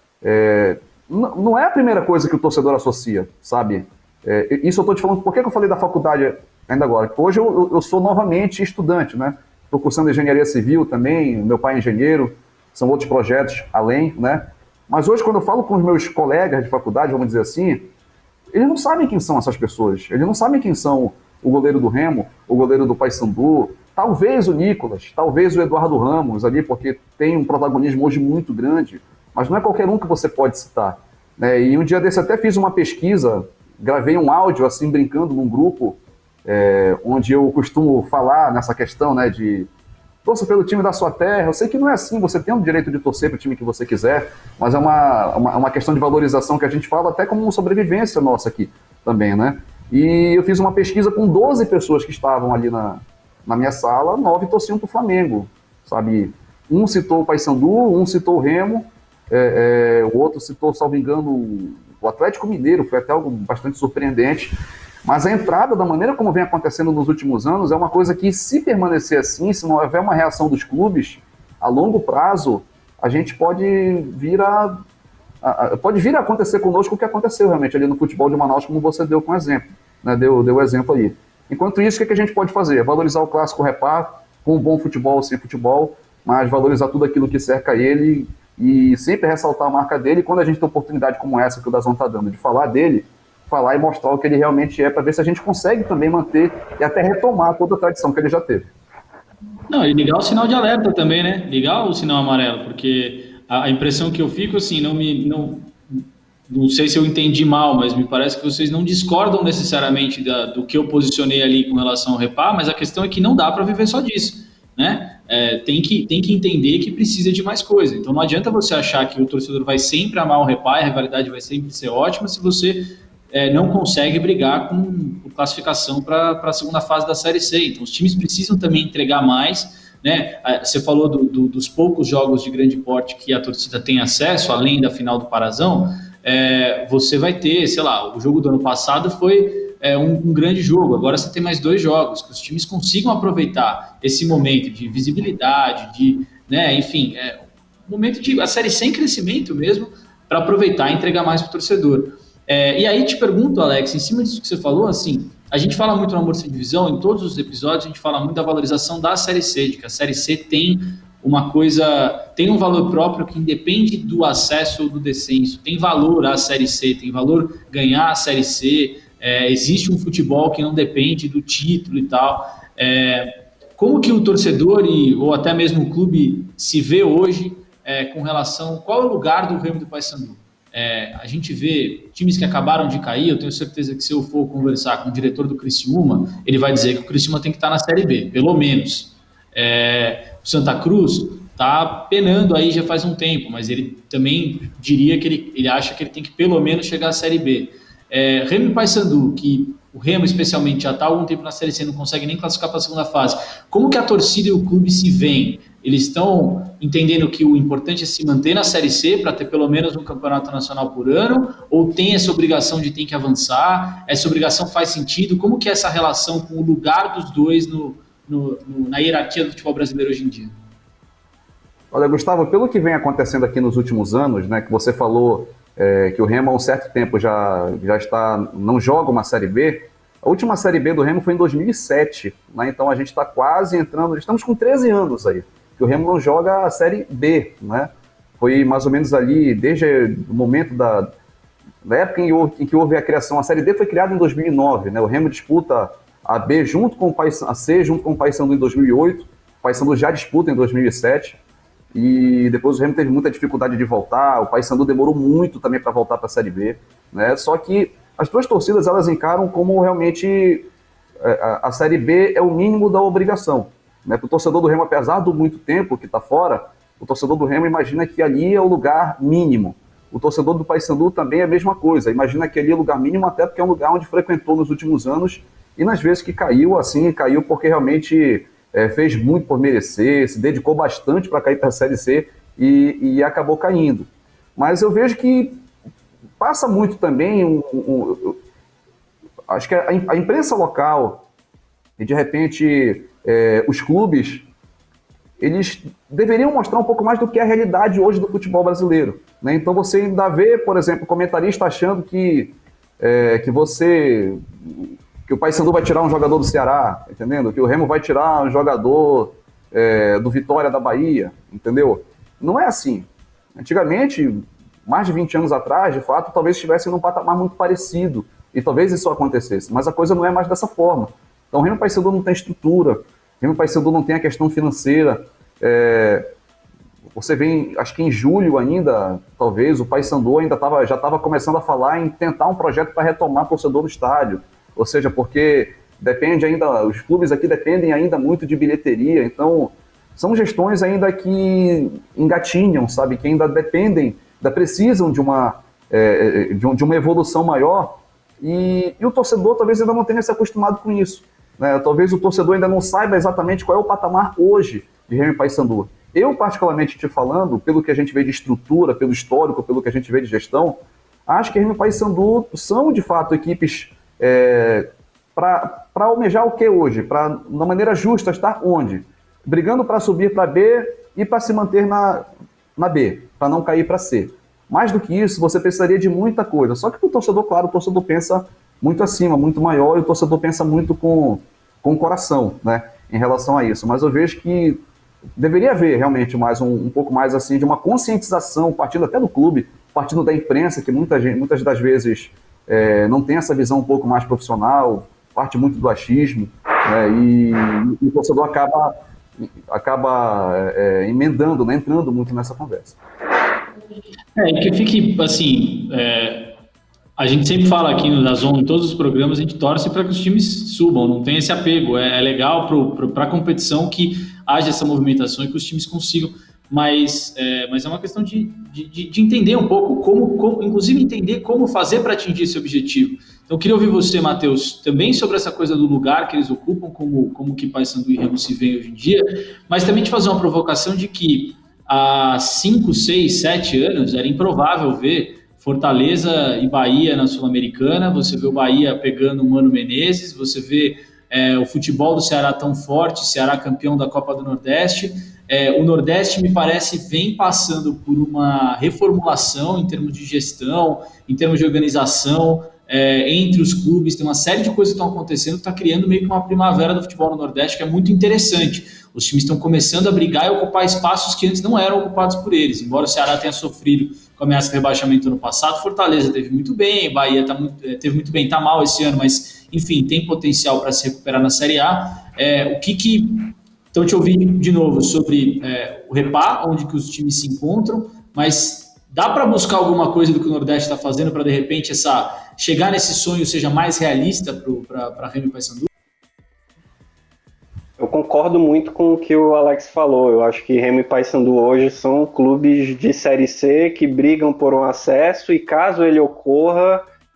não é a primeira coisa que o torcedor associa, sabe? Isso eu estou te falando, por que eu falei da faculdade ainda agora? Porque hoje eu sou novamente estudante, né? Estou cursando engenharia civil também, meu pai é engenheiro, são outros projetos além, né? Mas hoje, quando eu falo com os meus colegas de faculdade, vamos dizer assim, eles não sabem quem são essas pessoas, eles não sabem quem são o goleiro do Remo, o goleiro do Paysandu, talvez o Nicolas, talvez o Eduardo Ramos ali, porque tem um protagonismo hoje muito grande, mas não é qualquer um que você pode citar, né? E um dia desse até fiz uma pesquisa, gravei um áudio assim, brincando num grupo, onde eu costumo falar nessa questão, né, de torça pelo time da sua terra. Eu sei que não é assim, você tem o direito de torcer para o time que você quiser, mas é uma questão de valorização que a gente fala até como uma sobrevivência nossa aqui também, né? E eu fiz uma pesquisa com 12 pessoas que estavam ali na minha sala, 9 torciam para o Flamengo, sabe? Um citou o Paysandu, um citou o Remo, o outro citou, salvo engano, o Atlético Mineiro, foi até algo bastante surpreendente. Mas a entrada, da maneira como vem acontecendo nos últimos anos, é uma coisa que, se permanecer assim, se não houver uma reação dos clubes, a longo prazo, a gente pode vir a pode vir a acontecer conosco o que aconteceu realmente ali no futebol de Manaus, como você deu com exemplo, né? Deu o exemplo aí. Enquanto isso, o que a gente pode fazer? Valorizar o clássico Repar, com bom futebol, sem futebol, mas valorizar tudo aquilo que cerca ele e sempre ressaltar a marca dele. E quando a gente tem oportunidade como essa que o Dazon está dando de falar dele, falar e mostrar o que ele realmente é, para ver se a gente consegue também manter e até retomar toda a tradição que ele já teve. Não, e ligar o sinal de alerta também, né? Ligar o sinal amarelo, porque a impressão que eu fico, assim, não sei se eu entendi mal, mas me parece que vocês não discordam necessariamente do que eu posicionei ali com relação ao Repar, mas a questão é que não dá para viver só disso, né? Tem que entender que precisa de mais coisa. Então não adianta você achar que o torcedor vai sempre amar o Repar, a rivalidade vai sempre ser ótima, se você não consegue brigar por classificação para a segunda fase da Série C. Então os times precisam também entregar mais, né? Você falou dos poucos jogos de grande porte que a torcida tem acesso, além da final do Parazão. Você vai ter, sei lá, o jogo do ano passado foi um grande jogo, agora você tem mais 2 jogos, que os times consigam aproveitar esse momento de visibilidade, né, enfim, momento de a Série C em crescimento mesmo, para aproveitar e entregar mais para o torcedor. E aí te pergunto, Alex, em cima disso que você falou, assim, a gente fala muito no Amor Sem Divisão, em todos os episódios a gente fala muito da valorização da Série C, de que a Série C tem um valor próprio que independe do acesso ou do descenso, tem valor a Série C, tem valor ganhar a Série C, existe um futebol que não depende do título e tal. Como que o torcedor ou até mesmo o clube se vê hoje com relação, qual é o lugar do Remo do Paysandu? A gente vê times que acabaram de cair, eu tenho certeza que se eu for conversar com o diretor do Criciúma, ele vai dizer que o Criciúma tem que estar na Série B, pelo menos. O Santa Cruz está penando aí já faz um tempo, mas ele também diria que ele acha que ele tem que pelo menos chegar à Série B. Remo e Paysandu, que o Remo especialmente já está há algum tempo na Série C, não consegue nem classificar para a segunda fase. Como que a torcida e o clube se veem? Eles estão entendendo que o importante é se manter na Série C para ter pelo menos um campeonato nacional por ano? Ou tem essa obrigação de ter que avançar? Essa obrigação faz sentido? Como que é essa relação com o lugar dos dois na hierarquia do futebol brasileiro hoje em dia? Olha, Gustavo, pelo que vem acontecendo aqui nos últimos anos, né, que você falou que o Remo há um certo tempo já não joga uma Série B. A última Série B do Remo foi em 2007, né, então a gente está quase entrando, estamos com 13 anos aí, que o Remo não joga a Série B, né? Foi mais ou menos ali, desde o momento da época em que houve a criação. A Série D foi criada em 2009, né? O Remo disputa a B junto com a C, junto com o Paysandu em 2008, o Paysandu já disputa em 2007, e depois o Remo teve muita dificuldade de voltar, o Paysandu demorou muito também para voltar para a Série B, né? Só que as 2 torcidas, elas encaram como realmente a Série B é o mínimo da obrigação, né? Para o torcedor do Remo, apesar do muito tempo que está fora, o torcedor do Remo imagina que ali é o lugar mínimo. O torcedor do Paysandu também é a mesma coisa, imagina que ali é o lugar mínimo, até porque é um lugar onde frequentou nos últimos anos, e nas vezes que caiu, assim, caiu porque realmente fez muito por merecer, se dedicou bastante para cair para a Série C e acabou caindo. Mas eu vejo que passa muito também, acho que a imprensa local e, de repente, os clubes, eles deveriam mostrar um pouco mais do que é a realidade hoje do futebol brasileiro, né? Então você ainda vê, por exemplo, comentarista achando que o Paysandu vai tirar um jogador do Ceará, entendendo? Que o Remo vai tirar um jogador do Vitória da Bahia, entendeu? Não é assim. Antigamente, mais de 20 anos atrás, de fato, talvez estivesse num patamar muito parecido, e talvez isso acontecesse, mas a coisa não é mais dessa forma. Então o Remo e o Paysandu não tem estrutura, o Remo e o Paysandu não tem a questão financeira. Você vê, acho que em julho ainda, talvez, o Paysandu já estava começando a falar em tentar um projeto para retomar torcedor no estádio. Ou seja, porque depende ainda, os clubes aqui dependem ainda muito de bilheteria, então são gestões ainda que engatinham, sabe, que ainda dependem, ainda precisam de uma evolução maior, e o torcedor talvez ainda não tenha se acostumado com isso, né? Talvez o torcedor ainda não saiba exatamente qual é o patamar hoje de Remo e Paysandu. Eu, particularmente te falando, pelo que a gente vê de estrutura, pelo histórico, pelo que a gente vê de gestão, acho que Remo e Paysandu são de fato equipes para almejar o que hoje? Para, de maneira justa, estar onde? Brigando para subir para B e para se manter na B, para não cair para C. Mais do que isso, você precisaria de muita coisa. Só que o torcedor, claro, o torcedor pensa muito acima, muito maior, e o torcedor pensa muito com o coração, né, em relação a isso. Mas eu vejo que deveria haver realmente mais um pouco mais assim de uma conscientização, partindo até do clube, partindo da imprensa, que muitas das vezes não tem essa visão um pouco mais profissional, parte muito do achismo, né, e o torcedor acaba emendando, né, entrando muito nessa conversa. E que fique assim, a gente sempre fala aqui no DAZN, em todos os programas, a gente torce para que os times subam, não tem esse apego, é legal para a competição que haja essa movimentação e que os times consigam, mas é uma questão de entender um pouco, inclusive entender como fazer para atingir esse objetivo. Então eu queria ouvir você, Matheus, também sobre essa coisa do lugar que eles ocupam, como que Paysandu e Remo se veem hoje em dia, mas também te fazer uma provocação de que há 5, 6, 7 anos era improvável ver Fortaleza e Bahia na Sul-Americana, você vê o Bahia pegando o Mano Menezes, você vê o futebol do Ceará tão forte, Ceará campeão da Copa do Nordeste. O Nordeste, me parece, vem passando por uma reformulação em termos de gestão, em termos de organização, entre os clubes, tem uma série de coisas que estão acontecendo que está criando meio que uma primavera do futebol no Nordeste que é muito interessante. Os times estão começando a brigar e ocupar espaços que antes não eram ocupados por eles, embora o Ceará tenha sofrido com a ameaça de rebaixamento no passado, Fortaleza teve muito bem, Bahia teve muito bem, está mal esse ano, mas enfim, tem potencial para se recuperar na Série A. Então te ouvi de novo sobre o Repá, onde que os times se encontram, mas dá para buscar alguma coisa do que o Nordeste está fazendo para de repente chegar nesse sonho seja mais realista para Remo e Paysandu? Eu concordo muito com o que o Alex falou. Eu acho que Remo e Paysandu hoje são clubes de Série C que brigam por um acesso e, caso ele ocorra,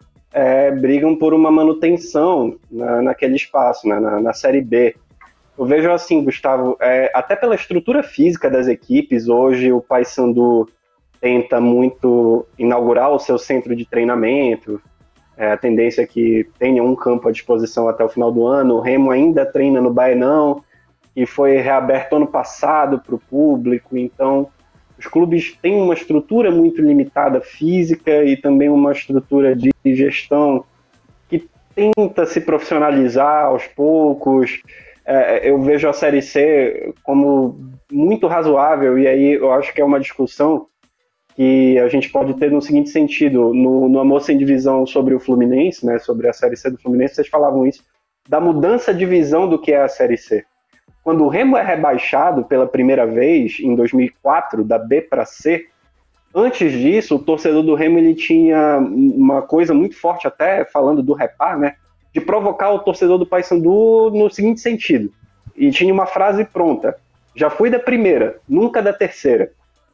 brigam por uma manutenção naquele espaço, na Série B. Eu vejo assim, Gustavo, até pela estrutura física das equipes, hoje o Paysandu tenta muito inaugurar o seu centro de treinamento. A tendência é que tenha um campo à disposição até o final do ano. O Remo ainda treina no Baenão, que foi reaberto ano passado para o público. Então, os clubes têm uma estrutura muito limitada física e também uma estrutura de gestão que tenta se profissionalizar aos poucos. Eu vejo a Série C como muito razoável, e aí eu acho que é uma discussão que a gente pode ter no seguinte sentido. No Amor Sem Divisão sobre o Fluminense, né, sobre a Série C do Fluminense, vocês falavam isso, da mudança de visão do que é a Série C. Quando o Remo é rebaixado pela primeira vez, em 2004, da B para C, antes disso, o torcedor do Remo ele tinha uma coisa muito forte, até falando do Repá, né, de provocar o torcedor do Paysandu no seguinte sentido. E tinha uma frase pronta: já fui da primeira, nunca da terceira.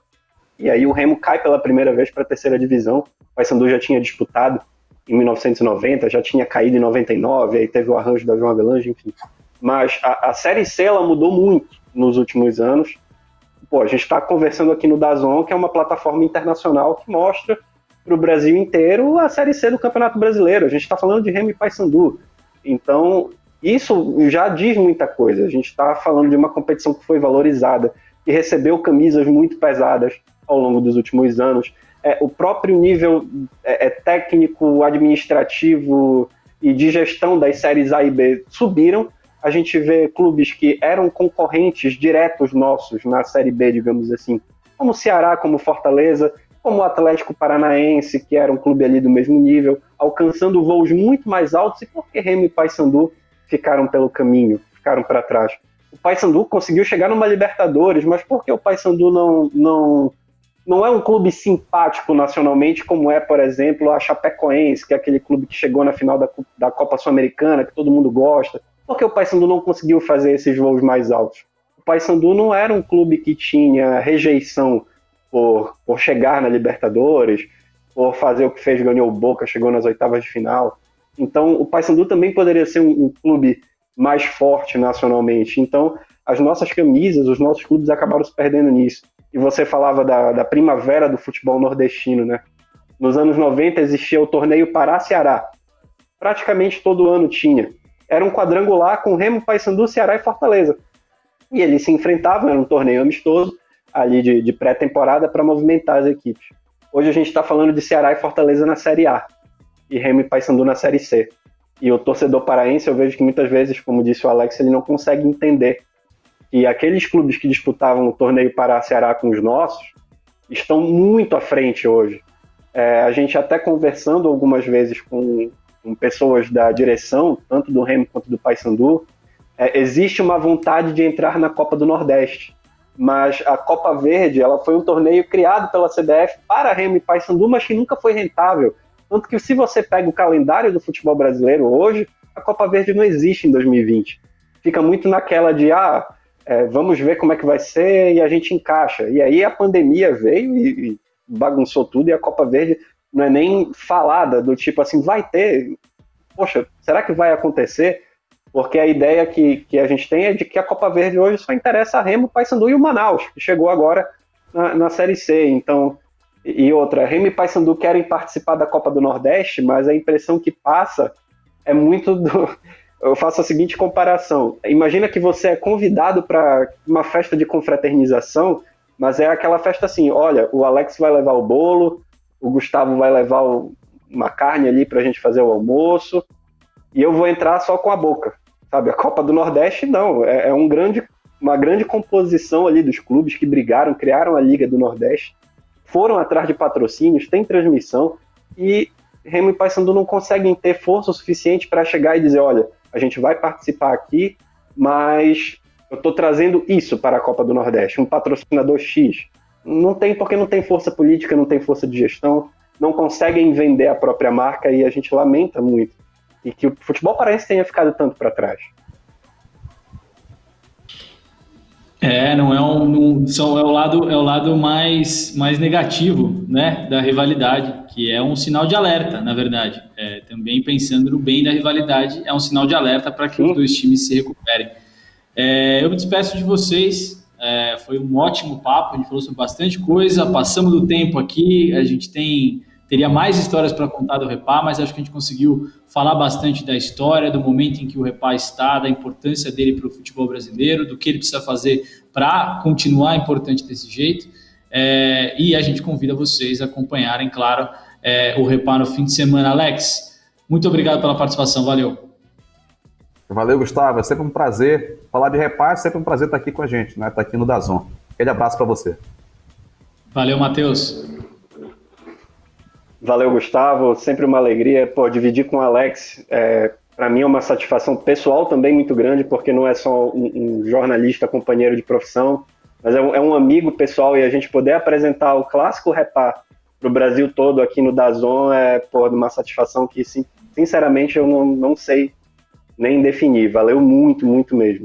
E aí o Remo cai pela primeira vez para a terceira divisão. O Paysandu já tinha disputado em 1990, já tinha caído em 99, aí teve o arranjo da João Avelange, enfim. Mas a Série C ela mudou muito nos últimos anos. A gente está conversando aqui no DAZN, que é uma plataforma internacional que mostra para o Brasil inteiro a Série C do Campeonato Brasileiro. A gente está falando de Remo e Paysandu. Então, isso já diz muita coisa. A gente está falando de uma competição que foi valorizada, que recebeu camisas muito pesadas ao longo dos últimos anos. O próprio nível técnico, administrativo e de gestão das séries A e B subiram. A gente vê clubes que eram concorrentes diretos nossos na Série B, digamos assim, como o Ceará, como Fortaleza, como o Atlético Paranaense, que era um clube ali do mesmo nível, alcançando voos muito mais altos. E por que Remo e Paysandu ficaram pelo caminho, ficaram para trás? O Paysandu conseguiu chegar numa Libertadores, mas por que o Paysandu não é um clube simpático nacionalmente, como é, por exemplo, a Chapecoense, que é aquele clube que chegou na final da Copa Sul-Americana, que todo mundo gosta? Por que o Paysandu não conseguiu fazer esses voos mais altos? O Paysandu não era um clube que tinha rejeição por chegar na Libertadores, por fazer o que fez, ganhou o Boca, chegou nas oitavas de final. Então, o Paysandu também poderia ser um clube mais forte nacionalmente. Então, as nossas camisas, os nossos clubes acabaram se perdendo nisso. E você falava da primavera do futebol nordestino, né? Nos anos 90 existia o torneio Pará-Ceará. Praticamente todo ano tinha. Era um quadrangular com Remo, Paysandu, Ceará e Fortaleza. E eles se enfrentavam, era um torneio amistoso, ali de pré-temporada, para movimentar as equipes. Hoje a gente está falando de Ceará e Fortaleza na Série A, e Remo e Paysandu na Série C. E o torcedor paraense, eu vejo que muitas vezes, como disse o Alex, ele não consegue entender que aqueles clubes que disputavam o torneio Pará-Ceará com os nossos estão muito à frente hoje. A gente até conversando algumas vezes com pessoas da direção, tanto do Remo quanto do Paysandu, existe uma vontade de entrar na Copa do Nordeste. Mas a Copa Verde, ela foi um torneio criado pela CBF para Remo e Paysandu, mas que nunca foi rentável. Tanto que se você pega o calendário do futebol brasileiro hoje, a Copa Verde não existe em 2020. Fica muito naquela de, vamos ver como é que vai ser e a gente encaixa. E aí a pandemia veio e bagunçou tudo e a Copa Verde não é nem falada, do tipo assim, vai ter, poxa, será que vai acontecer? Porque a ideia que a gente tem é de que a Copa Verde hoje só interessa a Remo, Paysandu e o Manaus, que chegou agora na Série C. Então, e outra, Remo e Paysandu querem participar da Copa do Nordeste, mas a impressão que passa é muito do... Eu faço a seguinte comparação. Imagina que você é convidado para uma festa de confraternização, mas é aquela festa assim, olha, o Alex vai levar o bolo, o Gustavo vai levar uma carne ali para a gente fazer o almoço, e eu vou entrar só com a boca, sabe? A Copa do Nordeste, não. É uma grande composição ali dos clubes que brigaram, criaram a Liga do Nordeste, foram atrás de patrocínios, tem transmissão, e Remo e Paysandu não conseguem ter força o suficiente para chegar e dizer, olha, a gente vai participar aqui, mas eu estou trazendo isso para a Copa do Nordeste, um patrocinador X. Não tem, porque não tem força política, não tem força de gestão, não conseguem vender a própria marca e a gente lamenta muito. E que o futebol paraense tenha ficado tanto para trás. Não é o lado mais negativo, né, da rivalidade, que é um sinal de alerta, na verdade. Também pensando no bem da rivalidade, é um sinal de alerta para que os dois times se recuperem. Eu me despeço de vocês, foi um ótimo papo, a gente falou sobre bastante coisa, passamos do tempo aqui, a gente teria mais histórias para contar do Repá, mas acho que a gente conseguiu falar bastante da história, do momento em que o Repá está, da importância dele para o futebol brasileiro, do que ele precisa fazer para continuar importante desse jeito. E a gente convida vocês a acompanharem, claro, o Repá no fim de semana. Alex, muito obrigado pela participação, valeu. Valeu, Gustavo, é sempre um prazer. Falar de Repá é sempre um prazer estar aqui com a gente, né? Estar aqui no DAZN. Aquele abraço para você. Valeu, Matheus. Valeu, Gustavo, sempre uma alegria, dividir com o Alex, para mim é uma satisfação pessoal também muito grande, porque não é só um jornalista, companheiro de profissão, mas é um amigo pessoal, e a gente poder apresentar o clássico Repá para o Brasil todo aqui no DAZN uma satisfação que, sinceramente, eu não sei nem definir. Valeu muito, muito mesmo.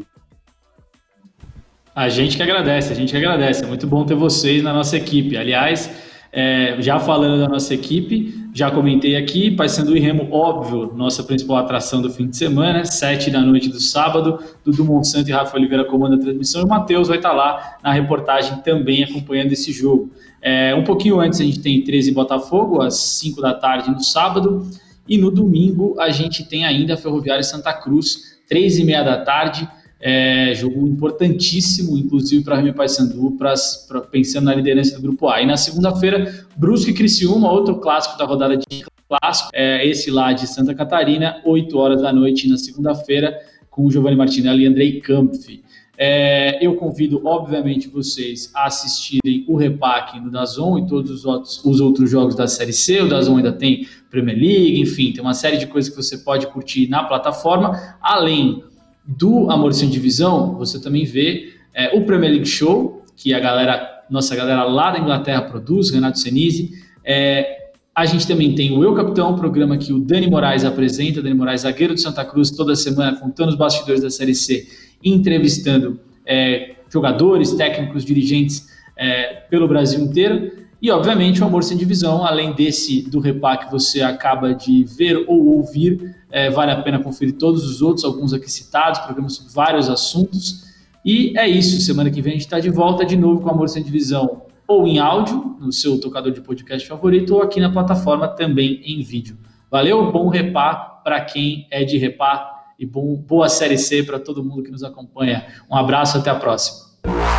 A gente que agradece, é muito bom ter vocês na nossa equipe. Aliás, já falando da nossa equipe, já comentei aqui, Paysandu e Remo, óbvio, nossa principal atração do fim de semana, 19h do sábado, Dudu Monsanto e Rafa Oliveira comandam a transmissão, e o Matheus vai estar lá na reportagem também acompanhando esse jogo. Um pouquinho antes a gente tem 13 Botafogo, às 5 da tarde no sábado, e no domingo a gente tem ainda a Ferroviária Santa Cruz, 3h30 da tarde, jogo importantíssimo, inclusive para Remo e Paysandu, pensando na liderança do Grupo A. E na segunda-feira, Brusque e Criciúma, outro clássico da rodada de clássico, esse lá de Santa Catarina, 8h da noite na segunda-feira, com o Giovanni Martinelli e Andrei Kampf. Eu convido, obviamente, vocês a assistirem o Repá aqui no DAZN e todos os outros jogos da Série C. O DAZN ainda tem Premier League, enfim, tem uma série de coisas que você pode curtir na plataforma. Além do Amor Sem Divisão, você também vê o Premier League Show, que nossa galera lá da Inglaterra produz, Renato Senise. A gente também tem o Eu Capitão, programa que o Dani Moraes apresenta, Dani Moraes, zagueiro do Santa Cruz, toda semana contando os bastidores da Série C, entrevistando jogadores, técnicos, dirigentes pelo Brasil inteiro. E, obviamente, o Amor Sem Divisão, além desse do Repá que você acaba de ver ou ouvir, vale a pena conferir todos os outros, alguns aqui citados, programas sobre vários assuntos. E é isso, semana que vem a gente está de volta de novo com o Amor Sem Divisão, ou em áudio, no seu tocador de podcast favorito, ou aqui na plataforma também em vídeo. Valeu, bom Repá para quem é de Repá e boa Série C para todo mundo que nos acompanha. Um abraço, até a próxima.